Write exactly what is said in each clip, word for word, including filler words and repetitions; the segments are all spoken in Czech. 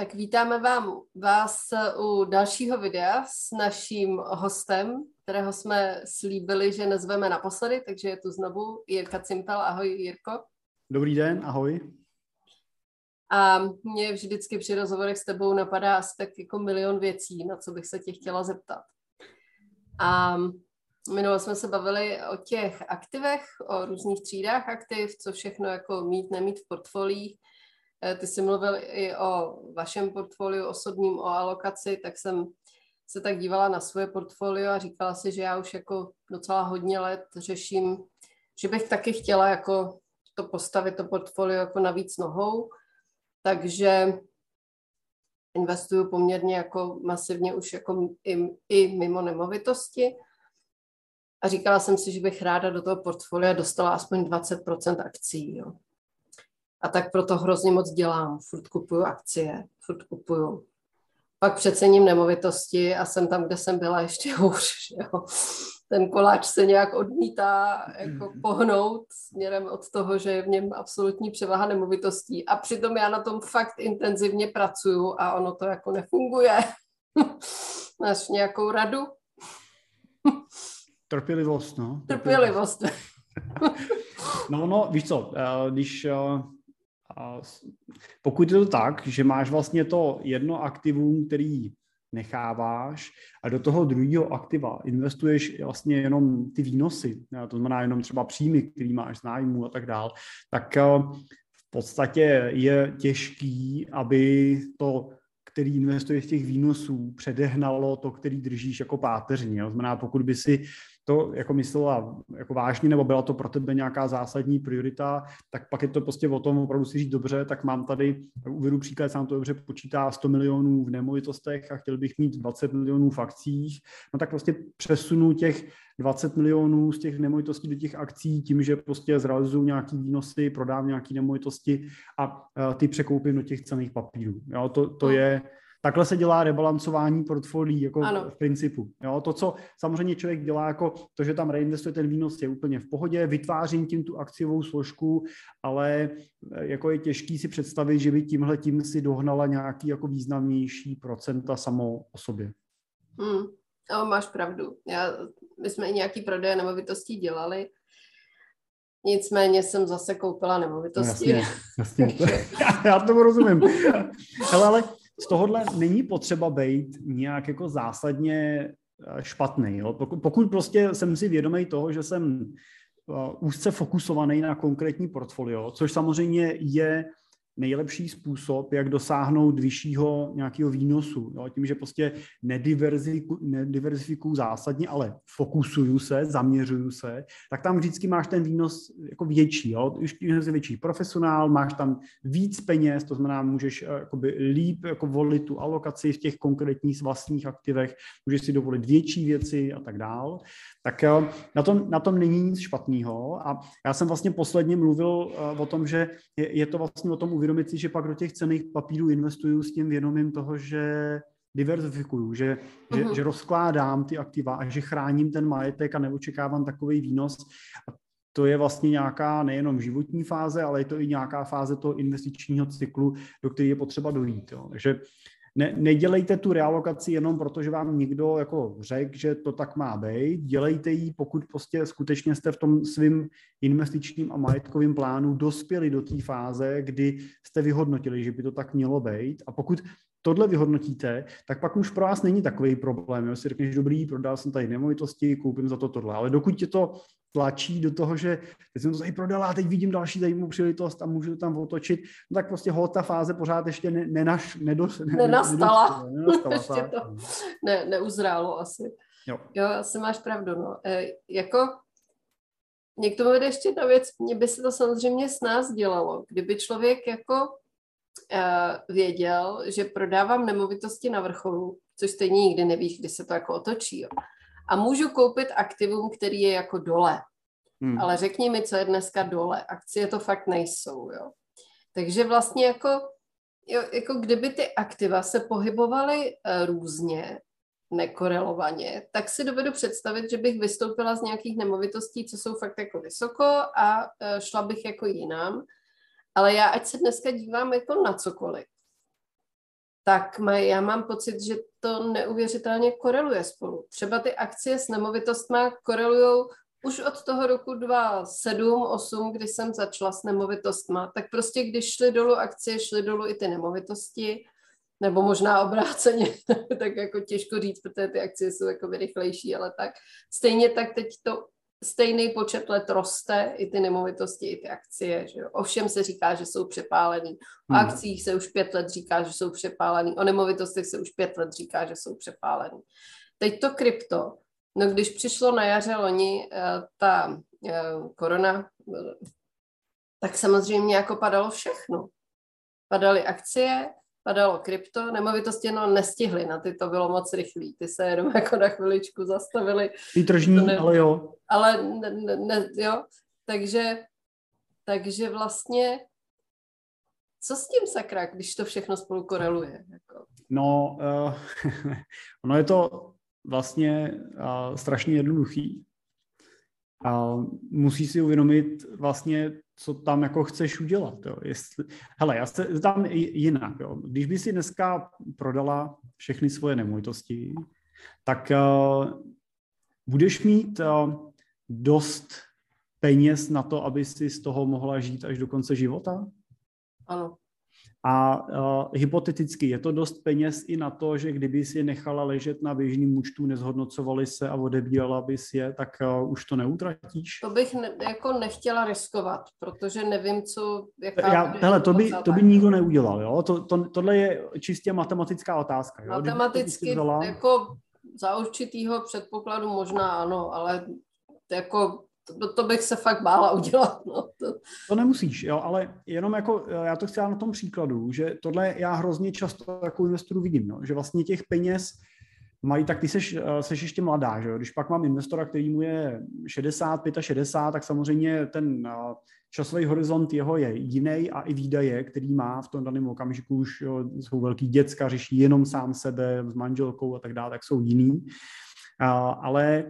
tak vítáme vám, vás u dalšího videa s naším hostem, kterého jsme slíbili, že nazveme naposledy, takže je tu znovu Jirka Cimpel. Ahoj, Jirko. Dobrý den, ahoj. A mě vždycky při rozhovorech s tebou napadá asi tak jako milion věcí, na co bych se tě chtěla zeptat. A minule jsme se bavili o těch aktivech, o různých třídách aktiv, co všechno jako mít, nemít v portfoliích. Ty jsi mluvil i o vašem portfoliu osobním, o alokaci, tak jsem se tak dívala na svoje portfolio a říkala si, že já už jako docela hodně let řeším, že bych taky chtěla jako to postavit, to portfolio jako na víc nohou, takže investuju poměrně jako masivně už jako i, i mimo nemovitosti a říkala jsem si, že bych ráda do toho portfolia dostala aspoň dvacet procent akcií, jo. A tak proto hrozně moc dělám. Furt kupuju akcie, furt kupuju. Pak přecením nemovitosti a jsem tam, kde jsem byla, ještě hůř. Jo. Ten koláč se nějak odmítá jako pohnout směrem od toho, že je v něm absolutní převaha nemovitostí. A přitom já na tom fakt intenzivně pracuju a ono to jako nefunguje. Máš nějakou radu? Trpělivost, no. Trpělivost. No, no, víš co, když... A pokud je to tak, že máš vlastně to jedno aktivum, který necháváš a do toho druhého aktiva investuješ vlastně jenom ty výnosy, to znamená jenom třeba příjmy, který máš z nájmu a tak dál, tak v podstatě je těžký, aby to, který investuješ z těch výnosů, předehnalo to, který držíš jako páteřní. To znamená, pokud by si to jako myslela jako vážně, nebo byla to pro tebe nějaká zásadní priorita, tak pak je to prostě o tom opravdu si říct dobře, tak mám tady, uvedu příklad, sám to dobře počítá sto milionů v nemovitostech a chtěl bych mít dvacet milionů v akcích, no tak prostě přesunu těch dvacet milionů z těch nemovitostí do těch akcí tím, že prostě zrealizuju nějaký výnosy, prodám nějaké nemovitosti a ty překoupím do těch cenných papírů. Jo, to, to je... Takhle se dělá rebalancování portfolií jako ano. V principu. Jo, to, co samozřejmě člověk dělá, jako to, že tam reinvestuje ten výnos, je úplně v pohodě, vytvářím tím tu akciovou složku, ale jako je těžký si představit, že by tímhle tím si dohnala nějaký jako významnější procenta samo o sobě. Hmm. No, máš pravdu. Já, my jsme i nějaký prodeje nemovitostí dělali, nicméně jsem zase koupila nemovitosti. No, jasně, jasně. já, já tomu rozumím. Hele, ale z tohohle není potřeba být nějak jako zásadně špatný. Jo? Pokud, pokud prostě jsem si vědomý toho, že jsem úzce fokusovaný na konkrétní portfolio, což samozřejmě je nejlepší způsob, jak dosáhnout vyššího nějakého výnosu. Jo? Tím, že prostě nediverzifikuju zásadně, ale fokusuju se, zaměřuju se, tak tam vždycky máš ten výnos jako větší. Jo? Už jsi větší profesionál, máš tam víc peněz, to znamená, můžeš jakoby líp jako volit tu alokaci v těch konkrétních vlastních aktivech, můžeš si dovolit větší věci a tak dál. Tak na tom, na tom není nic špatného. A já jsem vlastně posledně mluvil o tom, že je, je to vlastně o tom uvědomit si, že pak do těch cenných papírů investuju s tím vědomím toho, že diverzifikuju, že, uh-huh. že, že rozkládám ty aktiva a že chráním ten majetek a neočekávám takový výnos. A to je vlastně nějaká nejenom životní fáze, ale je to i nějaká fáze toho investičního cyklu, do které je potřeba dojít. Jo. Takže Ne, nedělejte tu realokaci jenom proto, že vám někdo jako řekl, že to tak má být. Dělejte ji, pokud prostě skutečně jste v tom svým investičním a majetkovým plánu dospěli do té fáze, kdy jste vyhodnotili, že by to tak mělo být. A pokud tohle vyhodnotíte, tak pak už pro vás není takový problém. Jo? Si řekneš, dobrý, prodal jsem tady nemovitosti, koupím za to tohle. Ale dokud tě to tlačí do toho, že teď jsem to tady prodala a teď vidím další zajímavou příležitost a můžu to tam otočit, no tak prostě hol ta fáze pořád ještě ne, nenaš, nedos, ne, nenastala. nenastala ještě tak. to ne, neuzrálo asi. Jo. jo, asi máš pravdu. No. E, jako mě k tomu vede ještě jedna věc, mně by se to samozřejmě s nás dělalo, kdyby člověk jako e, věděl, že prodávám nemovitosti na vrcholu, což stejně nikdy nevíš, kdy se to jako otočí, jo. A můžu koupit aktivum, který je jako dole. Hmm. Ale řekni mi, co je dneska dole. Akcie to fakt nejsou, jo. Takže vlastně jako, jo, jako kdyby ty aktiva se pohybovaly uh, různě, nekorelovaně, tak si dovedu představit, že bych vystoupila z nějakých nemovitostí, co jsou fakt jako vysoko a uh, šla bych jako jinam. Ale já, ať se dneska dívám jako na cokoliv, tak maj, já mám pocit, že to neuvěřitelně koreluje spolu. Třeba ty akcie s nemovitostma korelujou už od toho roku dva tisíce sedm osm, kdy jsem začala s nemovitostma, tak prostě když šly dolů akcie, šly dolů i ty nemovitosti, nebo možná obráceně, tak jako těžko říct, protože ty akcie jsou jako rychlejší, ale tak. Stejně tak teď to stejný počet let roste, i ty nemovitosti, i ty akcie. Že jo? Ovšem se říká, že jsou přepálený. O Hmm. akcích se už pět let říká, že jsou přepálený. O nemovitostech se už pět let říká, že jsou přepálený. Teď to krypto. No když přišlo na jaře loni ta korona, tak samozřejmě jako padalo všechno. Padaly akcie, padalo krypto, nemovitosti no nestihly, na ty to bylo moc rychlý, ty se jenom jako na chviličku zastavily. Ty tržní, ne, ale jo. Ale ne, ne, ne, jo, takže, takže vlastně, co s tím sakra, když to všechno spolu koreluje? Jako? No, uh, ono je to vlastně uh, strašně jednoduchý. Uh, musíš si uvědomit vlastně, co tam jako chceš udělat. Jo. Jestli, hele, já se tam jinak. Jo. Když by si dneska prodala všechny svoje nemovitosti, tak uh, budeš mít uh, dost peněz na to, aby si z toho mohla žít až do konce života? Ano. A uh, hypoteticky je to dost peněz i na to, že kdyby si je nechala ležet na běžným účtu, nezhodnocovaly se a odebírala bys je, tak uh, už to neutratíš? To bych ne, jako nechtěla riskovat, protože nevím, co... Jaká Já, hele, to by, to by nikdo neudělal. Jo? To, to, tohle je čistě matematická otázka. Jo? Matematicky jako za určitýho předpokladu možná ano, ale jako... To, to bych se fakt bála udělat. No. To... to nemusíš, jo, ale jenom jako, já to chci na tom příkladu, že tohle já hrozně často jako investoru vidím, no, že vlastně těch peněz mají, tak ty seš, seš ještě mladá, že jo, když pak mám investora, který mu je šedesát, šedesát pět, tak samozřejmě ten časový horizont jeho je jiný a i výdaje, který má v tom daném okamžiku už jo, jsou velký děcka, řeší jenom sám sebe s manželkou a tak dále, tak jsou jiný, a, ale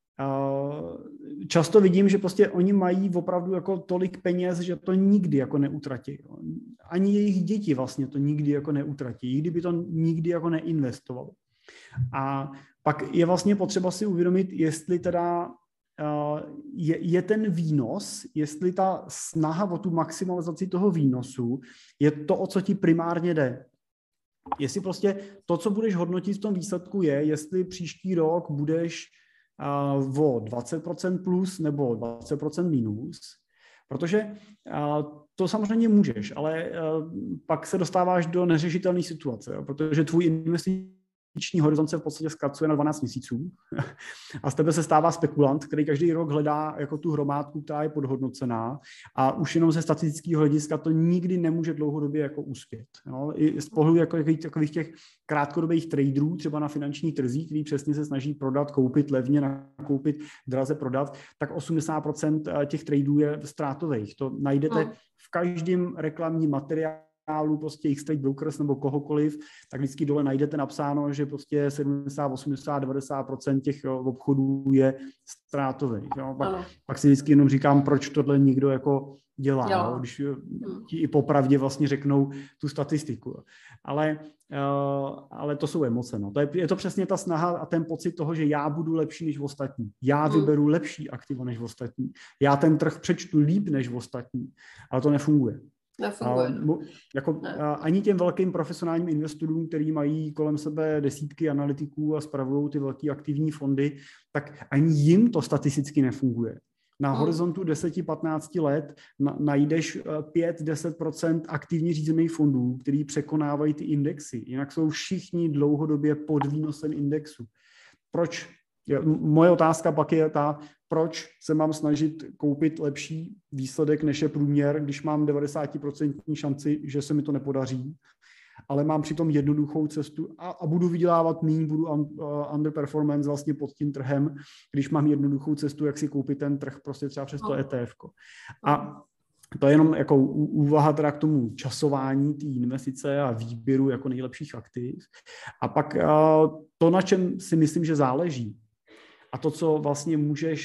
často vidím, že prostě oni mají opravdu jako tolik peněz, že to nikdy jako neutratí. Ani jejich děti vlastně to nikdy jako neutratí, kdyby to nikdy jako neinvestovali. A pak je vlastně potřeba si uvědomit, jestli teda je, je ten výnos, jestli ta snaha o tu maximalizaci toho výnosu je to, o co ti primárně jde. Jestli prostě to, co budeš hodnotit v tom výsledku je, jestli příští rok budeš o dvacet procent plus nebo dvacet procent minus, protože to samozřejmě můžeš, ale pak se dostáváš do neřešitelné situace, protože tvůj investiční horizont se v podstatě zkracuje na dvanáct měsíců a z tebe se stává spekulant, který každý rok hledá jako tu hromádku, která je podhodnocená a už jenom ze statistického hlediska to nikdy nemůže dlouhodobě jako uspět. Jo? I z pohledu jako takových těch krátkodobých traderů, třeba na finančních trzích, který přesně se snaží prodat, koupit levně, nakoupit, draze prodat, tak osmdesát procent těch traderů je ztrátových. To najdete v každém reklamním materiálu, prostě X-Trade Brokers nebo kohokoliv, tak vždycky dole najdete napsáno, že prostě sedmdesát, osmdesát, devadesát procent těch obchodů je ztrátových. Jo? Pak, pak si vždycky jenom říkám, proč tohle nikdo jako dělá, dělá. Když ti i popravdě vlastně řeknou tu statistiku. Ale, uh, ale to jsou emoce. No. To je, je to přesně ta snaha a ten pocit toho, že já budu lepší než ostatní. Já vyberu lepší aktivo než ostatní. Já ten trh přečtu líp než ostatní. Ale to nefunguje. Nefunguje. A, jako, ne. a, ani těm velkým profesionálním investorům, který mají kolem sebe desítky analytiků a spravují ty velké aktivní fondy, tak ani jim to statisticky nefunguje. Na hmm. horizontu deset patnáct let na, najdeš pět až deset procent aktivně řízených fondů, který překonávají ty indexy. Jinak jsou všichni dlouhodobě pod výnosem indexu. Proč? Moje otázka pak je ta, proč se mám snažit koupit lepší výsledek než je průměr, když mám devadesát procent šanci, že se mi to nepodaří, ale mám přitom jednoduchou cestu a, a budu vydělávat míň, budu un, uh, underperformance vlastně pod tím trhem, když mám jednoduchou cestu, jak si koupit ten trh prostě třeba přes to E T F ko. A to je jenom jako úvaha teda k tomu časování té investice a výběru jako nejlepších aktiv. A pak uh, to, na čem si myslím, že záleží, a to, co vlastně můžeš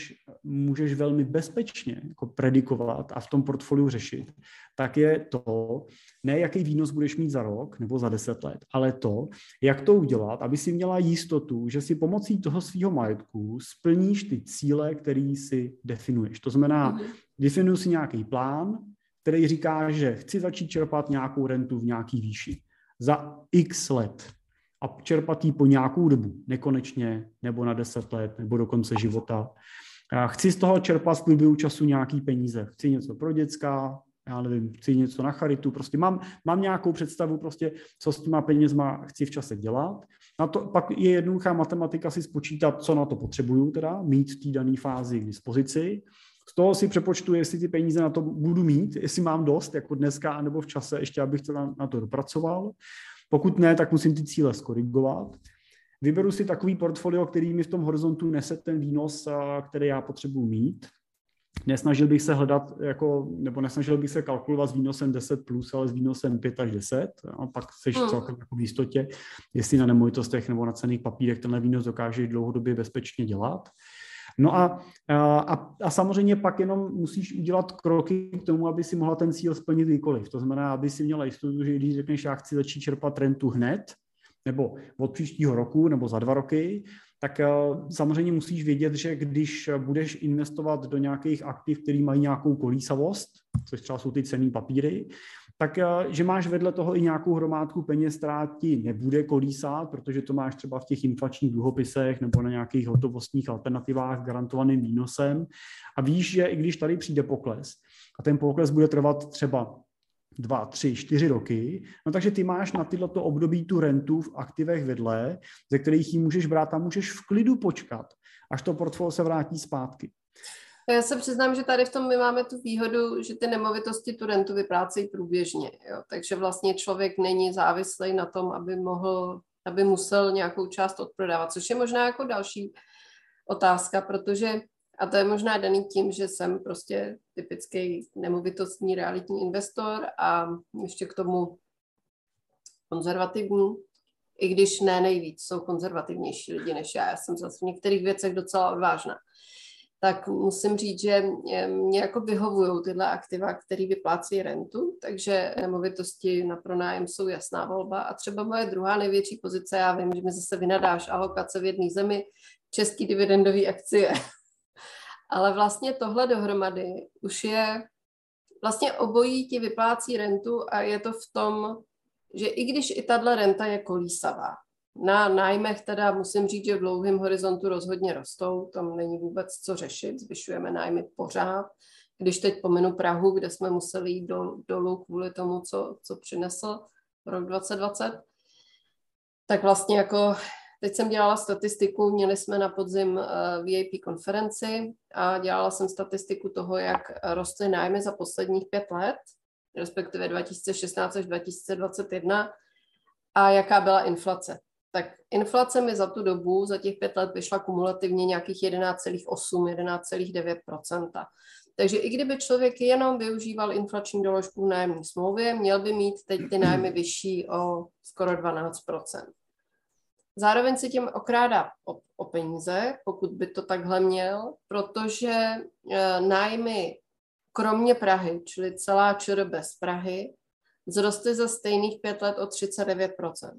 můžeš velmi bezpečně jako predikovat a v tom portfoliu řešit, tak je to, ne jaký výnos budeš mít za rok nebo za deset let, ale to, jak to udělat, aby si měla jistotu, že si pomocí toho svého majetku splníš ty cíle, který si definuješ. To znamená, definuj si nějaký plán, který říká, že chci začít čerpat nějakou rentu v nějaký výši za x let a čerpat ji po nějakou dobu, nekonečně, nebo na deset let, nebo do konce života. Chci z toho čerpat v průběhu času nějaký peníze. Chci něco pro děcka, já nevím, chci něco na charitu, prostě mám, mám nějakou představu, prostě, co s těma penězma chci v čase dělat. Na to pak je jednoduchá matematika si spočítat, co na to potřebuju, teda mít v té dané fázi k dispozici. Z toho si přepočtu, jestli ty peníze na to budu mít, jestli mám dost, jako dneska, nebo v čase, ještě abych to na, na to dopracoval. Pokud ne, tak musím ty cíle skorigovat. Vyberu si takový portfolio, který mi v tom horizontu nese ten výnos, který já potřebuji mít. Nesnažil bych se hledat, jako, nebo nesnažil bych se kalkulovat s výnosem deset plus, ale s výnosem pět až deset. A pak seš hmm. celkem jako v jistotě, jestli na nemovitostech nebo na cenných papírech tenhle výnos dokáže dlouhodobě bezpečně dělat. No a, a, a samozřejmě pak jenom musíš udělat kroky k tomu, aby si mohla ten cíl splnit kdykoliv. To znamená, aby si měla jistotu, že když řekneš, já chci začít čerpat rentu hned, nebo od příštího roku, nebo za dva roky, tak samozřejmě musíš vědět, že když budeš investovat do nějakých aktiv, které mají nějakou kolísavost, což třeba jsou ty cenné papíry, tak že máš vedle toho i nějakou hromádku peněz, která ti nebude kolísat, protože to máš třeba v těch inflačních dluhopisech nebo na nějakých hotovostních alternativách garantovaným výnosem. A víš, že i když tady přijde pokles a ten pokles bude trvat třeba dva, tři, čtyři roky, no takže ty máš na tyto období tu rentu v aktivech vedle, ze kterých ji můžeš brát a můžeš v klidu počkat, až to portfolio se vrátí zpátky. Já se přiznám, že tady v tom my máme tu výhodu, že ty nemovitosti tu rentu vyplácejí průběžně. Jo? Takže vlastně člověk není závislý na tom, aby mohl, aby musel nějakou část odprodávat, což je možná jako další otázka, protože, a to je možná daný tím, že jsem prostě typický nemovitostní realitní investor a ještě k tomu konzervativní, i když ne nejvíc, jsou konzervativnější lidi než já. Já jsem zase v některých věcech docela odvážná. Tak musím říct, že mě jako vyhovují tyhle aktiva, které vyplácí rentu, takže nemovitosti na pronájem jsou jasná volba. A třeba moje druhá největší pozice, já vím, že mi zase vynadáš alokace v jedné zemi, český dividendový akcie. Ale vlastně tohle dohromady už je, vlastně obojí ti vyplácí rentu a je to v tom, že i když i tahle renta je kolísavá, na nájmech teda musím říct, že v dlouhém horizontu rozhodně rostou, tam není vůbec co řešit, zvyšujeme nájmy pořád. Když teď pominu Prahu, kde jsme museli jít do, dolů kvůli tomu, co, co přinesl rok dvacet dvacet, tak vlastně jako teď jsem dělala statistiku, měli jsme na podzim V I P konferenci a dělala jsem statistiku toho, jak rostly nájmy za posledních pět let, respektive dva tisíce šestnáct až dva tisíce dvacet jedna a jaká byla inflace. Tak inflace mi za tu dobu, za těch pět let vyšla kumulativně nějakých jedenáct celá osm, jedenáct celá devět procenta. Takže i kdyby člověk jenom využíval inflační doložku v nájemní smlouvě, měl by mít teď ty nájmy vyšší o skoro dvanáct procent. Zároveň si tím okrádá o, o peníze, pokud by to takhle měl, protože e, nájmy kromě Prahy, čili celá ČR bez Prahy, vzrostly za stejných pět let o třicet devět procent.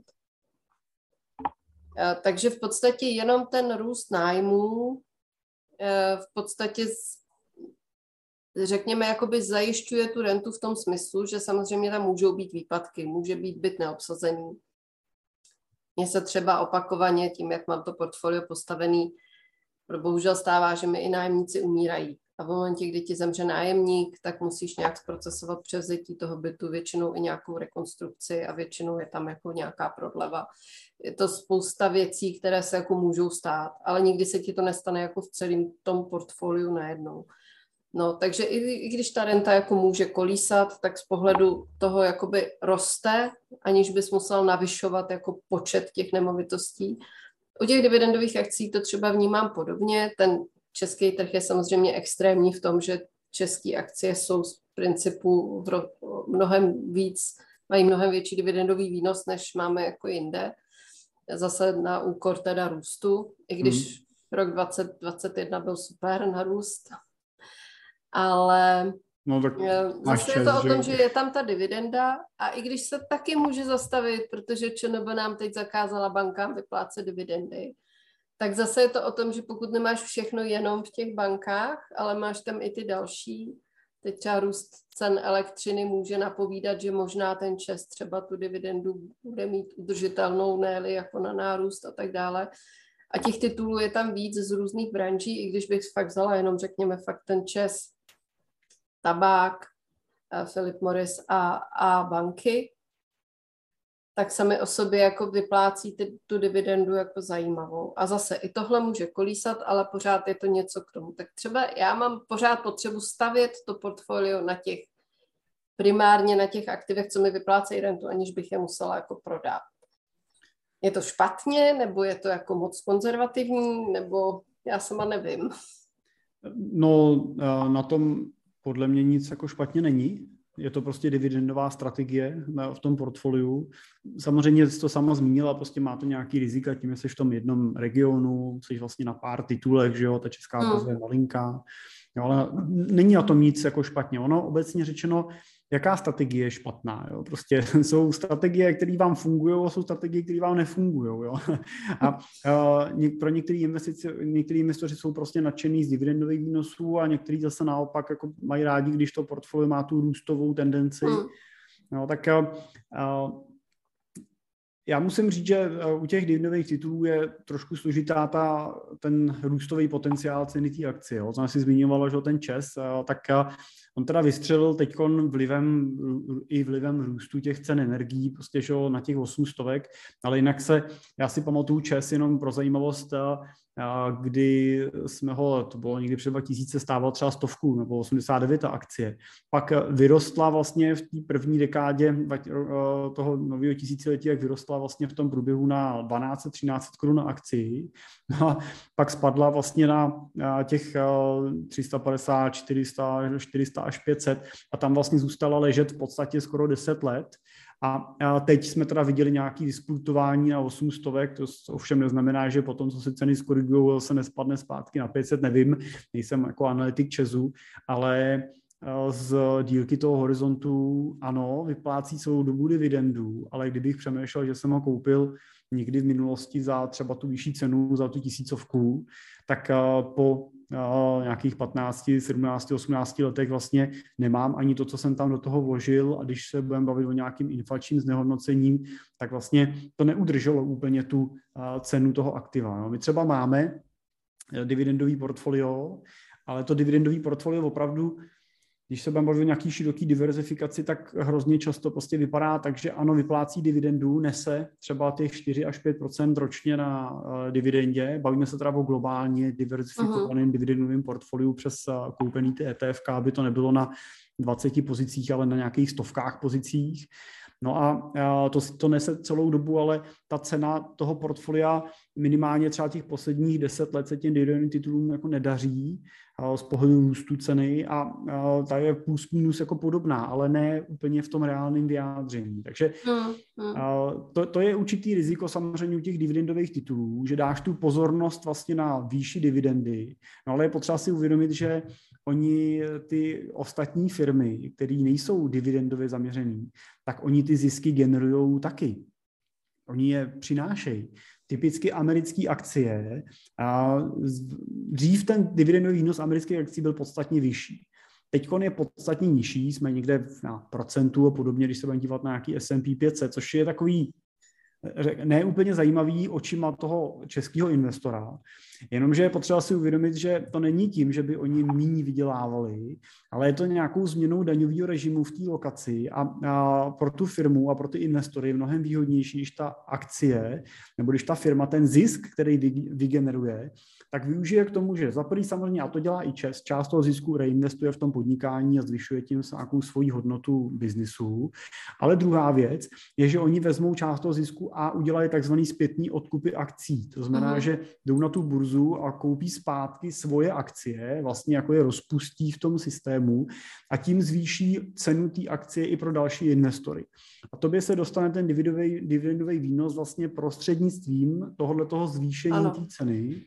Takže v podstatě jenom ten růst nájmů v podstatě, řekněme, jakoby zajišťuje tu rentu v tom smyslu, že samozřejmě tam můžou být výpadky, může být byt neobsazený. Mně se třeba opakovaně tím, jak mám to portfolio postavený, bohužel stává, že mi i nájemníci umírají. A v momentě, kdy ti zemře nájemník, tak musíš nějak zprocesovat převzetí toho bytu, většinou i nějakou rekonstrukci a většinou je tam jako nějaká prodleva. Je to spousta věcí, které se jako můžou stát, ale nikdy se ti to nestane jako v celém tom portfoliu najednou. No, takže i, i když ta renta jako může kolísat, tak z pohledu toho jakoby roste, aniž bys musel navyšovat jako počet těch nemovitostí. U těch dividendových akcí to třeba vnímám podobně. Ten český trh je samozřejmě extrémní v tom, že české akcie jsou z principu mnohem víc, mají mnohem větší dividendový výnos, než máme jako jinde. Zase na úkor teda růstu, i když rok dvacet dvacet jedna byl super na růst, ale no, tak zase čas, je to o že... tom, že je tam ta dividenda a i když se taky může zastavit, protože ČNB nám teď zakázala bankám vyplácet dividendy, tak zase je to o tom, že pokud nemáš všechno jenom v těch bankách, ale máš tam i ty další, teď třeba růst cen elektřiny může napovídat, že možná ten ČEZ třeba tu dividendu bude mít udržitelnou, ne-li jako na nárůst a tak dále. A těch titulů je tam víc z různých branží, i když bych fakt vzala jenom, řekněme, fakt ten ČEZ, tabák, Philip Morris a, a banky, tak sami o sobě jako vyplácí ty, tu dividendu jako zajímavou. A zase i tohle může kolísat, ale pořád je to něco k tomu. Tak třeba já mám pořád potřebu stavět to portfolio na těch, primárně na těch aktivech, co mi vyplácejí rentu, aniž bych je musela jako prodat. Je to špatně, nebo je to jako moc konzervativní, nebo já sama nevím. No, na tom podle mě nic jako špatně není. Je to prostě dividendová strategie v tom portfoliu. Samozřejmě jsi to sama zmínila, prostě má to nějaký rizika, tím, že jsi v tom jednom regionu, jsi vlastně na pár titulech, že jo, ta česká hmm. burza je malinká. Jo, ale není na tom nic jako špatně. Ono obecně řečeno, jaká strategie je špatná. Jo? Prostě jsou strategie, které vám fungují, a jsou strategie, které vám nefungují. Jo? A, a pro některé investice, některé investoři jsou prostě nadšený z dividendových výnosů a někteří zase naopak jako mají rádi, když to portfolio má tu růstovou tendenci. Hmm. No, tak a, a, já musím říct, že u těch dividendových titulů je trošku složitá ta, ten růstový potenciál ceny té akcie. Jo. Jsem si zmiňovala, že ten ČEZ, tak on teda vystřelil teďkon vlivem, i vlivem růstu těch cen energií, prostě že na těch osm stovek, ale jinak se, já si pamatuju ČEZ jenom pro zajímavost, kdy jsme ho, to bylo někdy před dva tisíce, stával třeba stovku nebo osmdesát devět akcie. Pak vyrostla vlastně v té první dekádě toho nového tisíciletí, jak vyrostla vlastně v tom průběhu na dvanáct třináct korun na akci. A pak spadla vlastně na těch tři sta padesát, čtyři sta, čtyři sta až pět set a tam vlastně zůstala ležet v podstatě skoro deset let. A teď jsme teda viděli nějaké disputování na osm stovek, to ovšem neznamená, že potom, co se ceny skorigují, se nespadne zpátky na pět set, nevím, nejsem jako analytik ČEZu, ale z dílky toho horizontu, ano, vyplácí celou dobu dividendů, ale kdybych přemýšlel, že jsem ho koupil někdy v minulosti za třeba tu vyšší cenu, za tu tisícovku, tak po nějakých patnáct, sedmnáct, osmnáct letech vlastně nemám ani to, co jsem tam do toho vložil a když se budeme bavit o nějakým inflačním znehodnocením, tak vlastně to neudrželo úplně tu cenu toho aktiva. No, my třeba máme dividendový portfolio, ale to dividendový portfolio opravdu, když se budeme bavit o nějaký široký diverzifikaci, tak hrozně často prostě vypadá tak, že ano, vyplácí dividendu, nese třeba těch čtyři až pět procent ročně na uh, dividendě. Bavíme se teda o globálně diverzifikovaném uh-huh. dividendovém portfoliu přes uh, koupený ty E T F K, aby to nebylo na dvaceti pozicích, ale na nějakých stovkách pozicích. No a uh, to, to nese celou dobu, ale ta cena toho portfolia minimálně třeba těch posledních deset let se těm dividendovým titulům jako nedaří z pohledu růstu ceny a ta je plus minus jako podobná, ale ne úplně v tom reálném vyjádření. Takže mm, mm. To, to je určitý riziko samozřejmě u těch dividendových titulů, že dáš tu pozornost vlastně na výši dividendy, no ale je potřeba si uvědomit, že oni ty ostatní firmy, které nejsou dividendově zaměřený, tak oni ty zisky generují taky. Oni je přinášejí. Typicky americké akcie. A dřív ten dividendový výnos amerických akcí byl podstatně vyšší. Teď je podstatně nižší, jsme někde na procentu a podobně, když se budeme dívat na nějaký S and P pět set, což je takový ne úplně zajímavý očima toho českého investora, jenomže je potřeba si uvědomit, že to není tím, že by oni míň vydělávali, ale je to nějakou změnou daňového režimu v té lokaci a, a pro tu firmu a pro ty investory je mnohem výhodnější, když ta akcie nebo když ta firma ten zisk, který vygeneruje, tak využije k tomu, že za první samozřejmě, a to dělá i ČEZ, část toho zisku reinvestuje v tom podnikání a zvyšuje tím nějakou svoji hodnotu biznisu, ale druhá věc je, že oni vezmou část toho zisku a udělají takzvaný zpětný odkupy akcí. To znamená, uh-huh. že jdou na tu burzu a koupí zpátky svoje akcie, vlastně jako je rozpustí v tom systému a tím zvýší cenu té akcie i pro další investory. A tobě se dostane ten dividendový, dividendový výnos vlastně prostřednictvím tohoto zvýšení té ceny.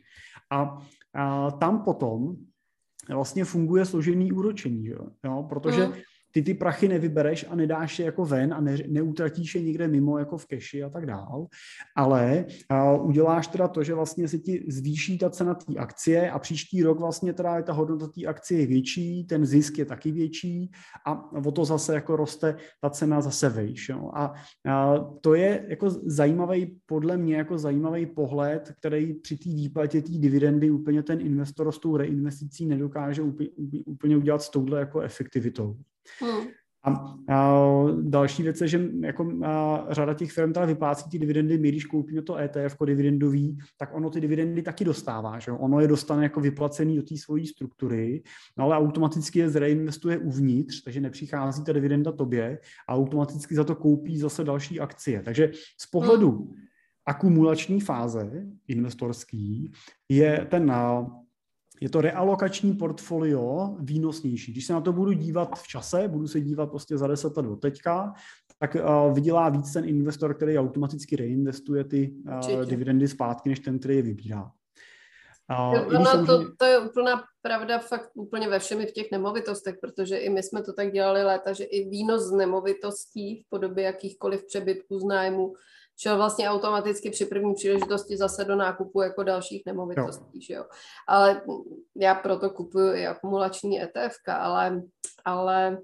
A, a tam potom vlastně funguje složený úročení, jo? Jo? Protože mm. ty ty prachy nevybereš a nedáš je jako ven a ne, neutratíš je někde mimo jako v keši a tak dál, ale uh, uděláš teda to, že vlastně se ti zvýší ta cena té akcie a příští rok vlastně teda je ta hodnota té akcie větší, ten zisk je taky větší a o to zase jako roste ta cena zase vejš. Jo. A uh, to je jako zajímavý, podle mě jako zajímavý pohled, který při té výplatě té dividendy úplně ten investor s tou reinvesticí nedokáže úplně, úplně udělat s touhle jako efektivitou. Hmm. A, a další věc je, že jako a řada těch firm teda vyplácí ty dividendy, my když koupíme to E T F dividendový, tak ono ty dividendy taky dostává, že? Ono je dostane jako vyplacený do té svojí struktury, no ale automaticky je zreinvestuje uvnitř, takže nepřichází ta dividenda tobě a automaticky za to koupí zase další akcie. Takže z pohledu hmm. akumulační fáze investorský je ten Je to realokační portfolio výnosnější. Když se na to budu dívat v čase, budu se dívat prostě za deset let do teďka, tak uh, vydělá víc ten investor, který automaticky reinvestuje ty uh, dividendy zpátky, než ten, který je vybírá. Uh, ono, samozřejmě... to, to je úplná pravda fakt úplně ve všemi v těch nemovitostech, protože i my jsme to tak dělali léta, že i výnos z nemovitostí v podobě jakýchkoliv přebytků z nájmu šel vlastně automaticky při první příležitosti zase do nákupu jako dalších nemovitostí, že jo. Ale já proto kupuju i akumulační E T F ka, ale, ale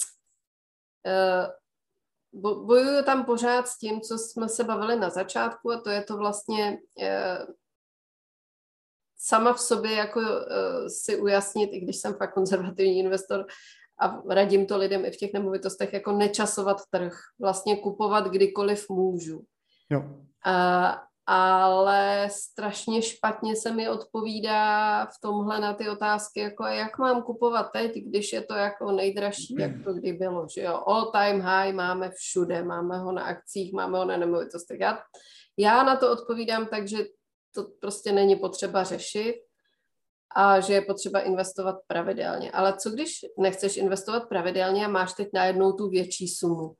uh, bojuju tam pořád s tím, co jsme se bavili na začátku, a to je to vlastně uh, sama v sobě jako uh, si ujasnit, i když jsem fakt konzervativní investor, a radím to lidem i v těch nemovitostech, jako nečasovat trh, vlastně kupovat kdykoliv můžu. Jo. A, ale strašně špatně se mi odpovídá v tomhle na ty otázky, jako jak mám kupovat teď, když je to jako nejdražší, jak to kdy bylo, že jo, all time high máme všude, máme ho na akcích, máme ho na nemovitostech. Já, já na to odpovídám tak, že to prostě není potřeba řešit a že je potřeba investovat pravidelně. Ale co když nechceš investovat pravidelně a máš teď najednou tu větší sumu?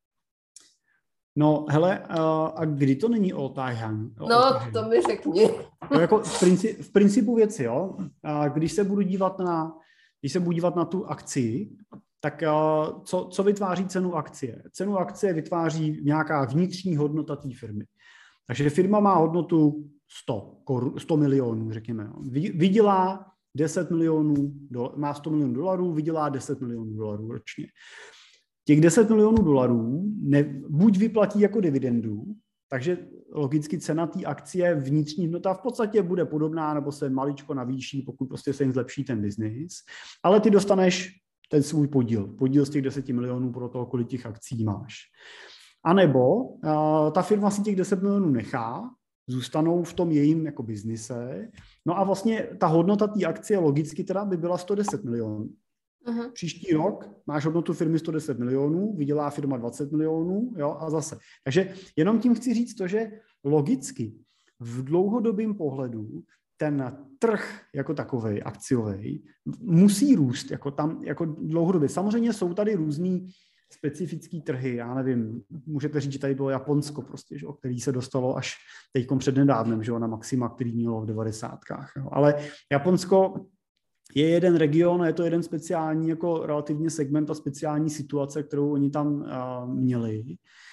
No, hele, a kdy to není all time high? No, to mi řekni. No, jako v, princi- v principu věci, jo. A když se budu dívat na, když se budu dívat na tu akci, tak co, co vytváří cenu akcie? Cenu akcie vytváří nějaká vnitřní hodnota té firmy. Takže firma má hodnotu sto, sto milionů, řekněme. Vydělá deset milionů, má sto milionů dolarů, vydělá deset milionů dolarů ročně. Těch deset milionů dolarů ne, buď vyplatí jako dividendu, takže logicky cena té akcie, vnitřní hodnota v podstatě bude podobná, nebo se maličko navýší, pokud prostě se jim zlepší ten biznis, ale ty dostaneš ten svůj podíl, podíl z těch deseti milionů pro toho, kolik těch akcí máš. A nebo uh, ta firma si těch deset milionů nechá, zůstanou v tom jejím jako biznise, no a vlastně ta hodnota té akcie logicky teda by byla sto deset milionů. Uh-huh. Příští rok máš hodnotu firmy sto deset milionů, vydělá firma dvacet milionů, jo, a zase. Takže jenom tím chci říct to, že logicky v dlouhodobém pohledu ten trh jako takovej, akciový, musí růst jako tam jako dlouhodobě. Samozřejmě jsou tady různý specifický trhy, já nevím, můžete říct, že tady bylo Japonsko prostě, že, který se dostalo až teďkom přednedávnem, že, na maxima, který mělo v devadesátkách. Jo. Ale Japonsko je jeden region, je to jeden speciální jako relativně segment a speciální situace, kterou oni tam uh, měli.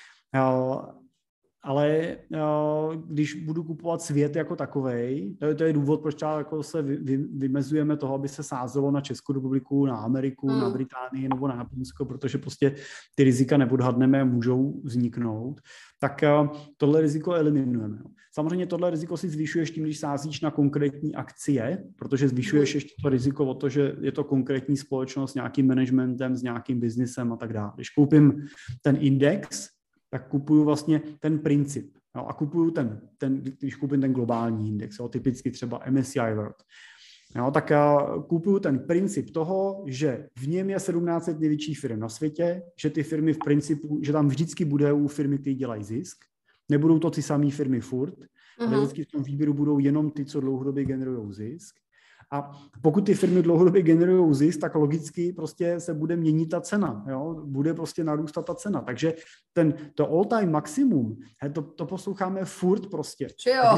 Uh, ale uh, když budu kupovat svět jako takovej, to je, to je důvod, proč jako se vy, vy, vymezujeme toho, aby se sázelo na Českou republiku, na Ameriku, mm. na Británii nebo na Japonsko, protože prostě ty rizika neodhadneme, můžou vzniknout, tak uh, tohle riziko eliminujeme. Samozřejmě tohle riziko si zvyšuješ tím, když sázíš na konkrétní akcie, protože zvyšuješ ještě to riziko o to, že je to konkrétní společnost s nějakým managementem, s nějakým biznisem a tak dále. Když koupím ten index, tak kupuju vlastně ten princip. Jo, a kupuju ten, ten, když koupím ten globální index, jo, typicky třeba M S C I World, jo, tak uh, kupuju ten princip toho, že v něm je sedmnáct set největších firm na světě, že ty firmy v principu, že tam vždycky budou firmy, které dělají zisk, nebudou to ty samé firmy furt, uh-huh. ale vždycky v tom výběru budou jenom ty, co dlouhodobě generují zisk. A pokud ty firmy dlouhodobě generují zisk, tak logicky prostě se bude měnit ta cena, jo? Bude prostě narůstat ta cena. Takže ten, to all-time maximum, he, to, to posloucháme furt prostě. A když,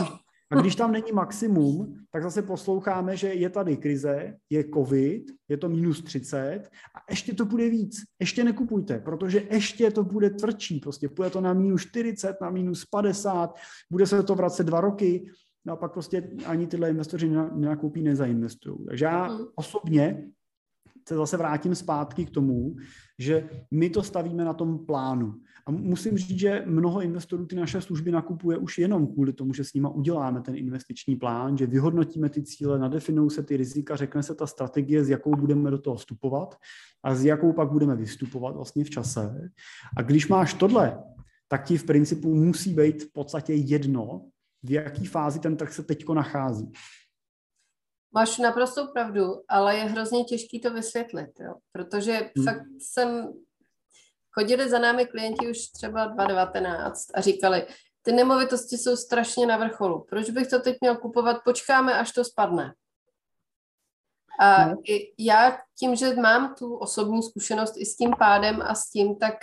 A když tam není maximum, tak zase posloucháme, že je tady krize, je covid, je to minus třicet a ještě to bude víc. Ještě nekupujte, protože ještě to bude tvrdší. Prostě půjde to na minus čtyřicet, na minus padesát, bude se to vracet dva roky, no a pak prostě ani tyhle investoři nenakoupí, nezainvestují. Takže já osobně se zase vrátím zpátky k tomu, že my to stavíme na tom plánu. A musím říct, že mnoho investorů ty naše služby nakupuje už jenom kvůli tomu, že s nima uděláme ten investiční plán, že vyhodnotíme ty cíle, nadefinují se ty rizika, řekne se ta strategie, s jakou budeme do toho vstupovat a s jakou pak budeme vystupovat vlastně v čase. A když máš tohle, tak ti v principu musí být v podstatě jedno, v jaký fázi ten trh se teďko nachází. Máš naprostou pravdu, ale je hrozně těžký to vysvětlit, jo? Protože hmm. fakt jsem, chodili za námi klienti už třeba dva tisíce devatenáct a říkali, ty nemovitosti jsou strašně na vrcholu, proč bych to teď měl kupovat, počkáme, až to spadne. A hmm. i já tím, že mám tu osobní zkušenost i s tím pádem a s tím, tak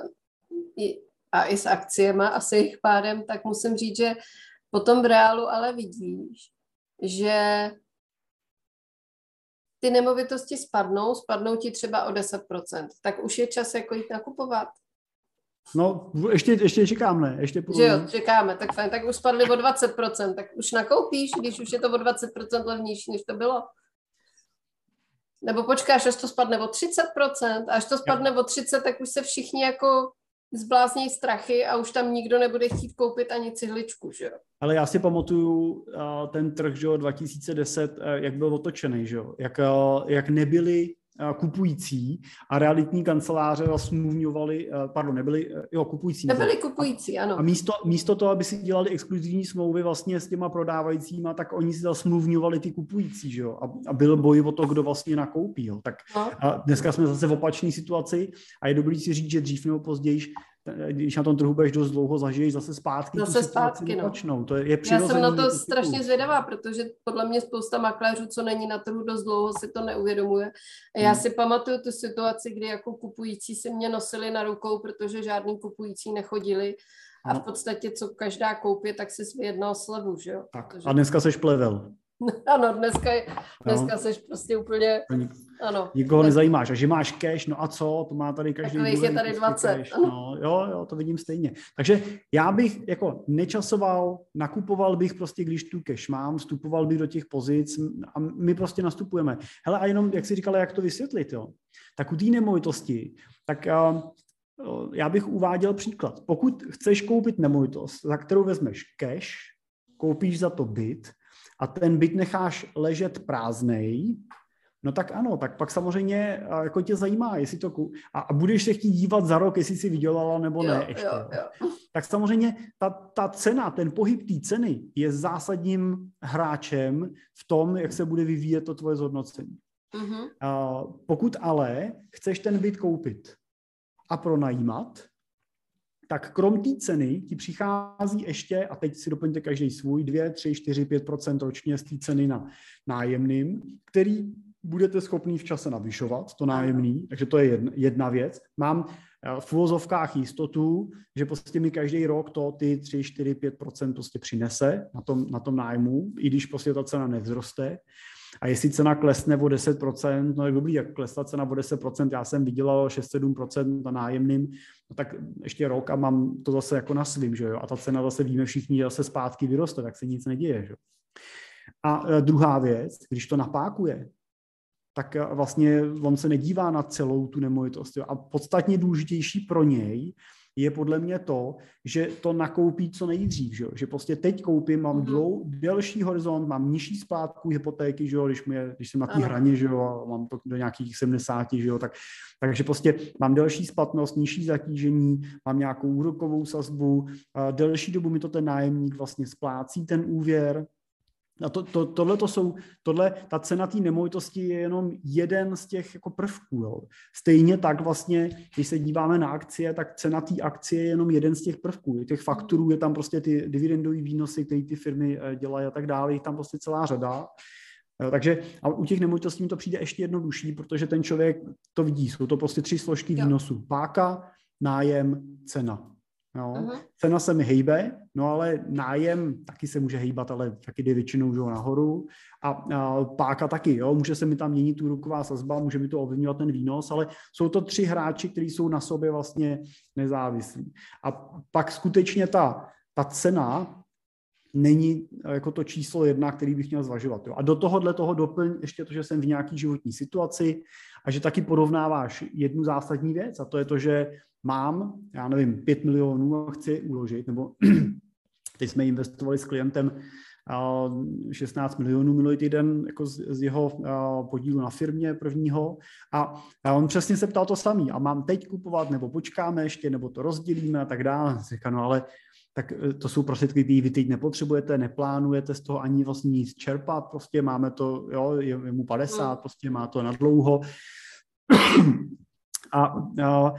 a i s akciema a s jejich pádem, tak musím říct, že potom v reálu ale vidíš, že ty nemovitosti spadnou, spadnou ti třeba o deset procent, tak už je čas jako jít nakupovat. No, ještě, ještě čekám, ne? Ještě že jo, čekáme, tak fajn, tak už spadly o dvacet procent, tak už nakoupíš, když už je to o dvacet procent levnější, než to bylo. Nebo počkáš, až to spadne o třicet procent, a až to spadne o třicet procent, tak už se všichni jako zblázní strachy a už tam nikdo nebude chtít koupit ani cihličku, že jo. Ale já si pamatuju uh, ten trh, že jo, dva tisíce deset, uh, jak byl otočený, že jo, jak, uh, jak nebyli uh, kupující a realitní kanceláře smluvňovali, uh, pardon, nebyli, uh, jo, kupující. Nebyli kupující, ano. A místo, místo toho, aby si dělali exkluzivní smlouvy vlastně s těma prodávajícíma, tak oni si smluvňovali ty kupující, že jo, a, a byl boj o to, kdo vlastně nakoupí, jo. Tak no. A dneska jsme zase v opačné situaci a je dobrý si říct, že dřív nebo později, když na tom trhu budeš dost dlouho, zažiješ zase zpátky. Zase zpátky, no. To je, je Já jsem na to strašně zvědavá, protože podle mě spousta makléřů, co není na trhu dost dlouho, si to neuvědomuje. A já hmm. si pamatuju tu situaci, kdy jako kupující si mě nosili na rukou, protože žádný kupující nechodili. A v podstatě, co každá koupě, tak si vyjednal slevu, že jo? Tak. Protože... A dneska seš plevel. Ano, dneska, je, dneska no. seš prostě úplně, ano. Nikoho nezajímáš. A že máš cash, no a co? To má tady každý. Takových je tady dvacet. No, jo, jo, to vidím stejně. Takže já bych jako nečasoval, nakupoval bych prostě, když tu cash mám, vstupoval bych do těch pozic a my prostě nastupujeme. Hele, a jenom, jak jsi říkala, jak to vysvětlit, jo? Tak u té nemovitosti, tak uh, já bych uváděl příklad. Pokud chceš koupit nemovitost, za kterou vezmeš cash, koupíš za to byt, a ten byt necháš ležet prázdnej, no tak ano, tak pak samozřejmě jako tě zajímá, jestli to kou... a, a budeš se chtít dívat za rok, jestli jsi vydělala nebo jo, ne ještě. Jo, jo. Tak samozřejmě ta, ta cena, ten pohyb té ceny je zásadním hráčem v tom, jak se bude vyvíjet to tvoje zhodnocení. Mm-hmm. A pokud ale chceš ten byt koupit a pronajímat, tak krom té ceny ti přichází ještě, a teď si doplňte každý svůj, dva, tři, čtyři, pět procent ročně z té ceny na nájemným, který budete schopný v čase navyšovat, to nájemný, takže to je jedna, jedna věc. Mám v uvozovkách jistotu, že prostě mi každý rok to ty tři, čtyři, pět procent prostě přinese na tom, na tom nájmu, i když prostě ta cena nevzroste. A jestli cena klesne o deset procent, no je dobrý, jak klesla cena o deset procent, já jsem vydělal šest sedm procent na nájemným, no tak ještě rok a mám to zase jako na svým, že jo, a ta cena zase víme všichni, že zase zpátky vyroste, tak se nic neděje, že jo. A druhá věc, když to napákuje, tak vlastně on se nedívá na celou tu nemovitost, jo, a podstatně důležitější pro něj je podle mě to, že to nakoupí co nejdřív, že, jo? Že prostě teď koupím, mám dlou, delší horizont, mám nižší splátku hypotéky, že jo? Když, mě, když jsem na té hraně, že jo? A mám to do nějakých sedmdesát, že jo? Tak, takže prostě mám delší splatnost, nižší zatížení, mám nějakou úrokovou sazbu, delší dobu mi to ten nájemník vlastně splácí ten úvěr. A to, to, tohle, to jsou, tohle, ta cena té nemovitosti je jenom jeden z těch jako prvků. Jo. Stejně tak vlastně, když se díváme na akcie, tak cena té akcie je jenom jeden z těch prvků. Těch faktorů je tam prostě ty dividendové výnosy, které ty firmy dělají a tak dále, je tam prostě celá řada. Takže a u těch nemovitostí mi to přijde ještě jednodušší, protože ten člověk to vidí. Jsou to prostě tři složky výnosů. Páka, nájem, cena. Jo. Uh-huh. Cena se mi hejbe, no ale nájem taky se může hejbat, ale taky jde většinou že, nahoru. A, a páka taky, jo. Může se mi tam měnit úroková sazba, může mi to ovlivňovat ten výnos, ale jsou to tři hráči, kteří jsou na sobě vlastně nezávislí. A pak skutečně ta, ta cena není jako to číslo jedna, který bych měl zvažovat. Jo. A do tohohle toho doplň ještě to, že jsem v nějaký životní situaci a že taky porovnáváš jednu zásadní věc a to je to, že mám, já nevím, pět milionů a chci uložit, nebo teď jsme investovali s klientem šestnáct milionů minulý týden jako z, z jeho podílu na firmě prvního a, a on přesně se ptal to samý a mám teď kupovat, nebo počkáme ještě, nebo to rozdělíme a tak dále. Říká, no ale tak to jsou prostředky, které vy teď nepotřebujete, neplánujete z toho ani vlastně nic čerpat, prostě máme to, jo, je, je mu padesát, prostě má to na dlouho. A, a, a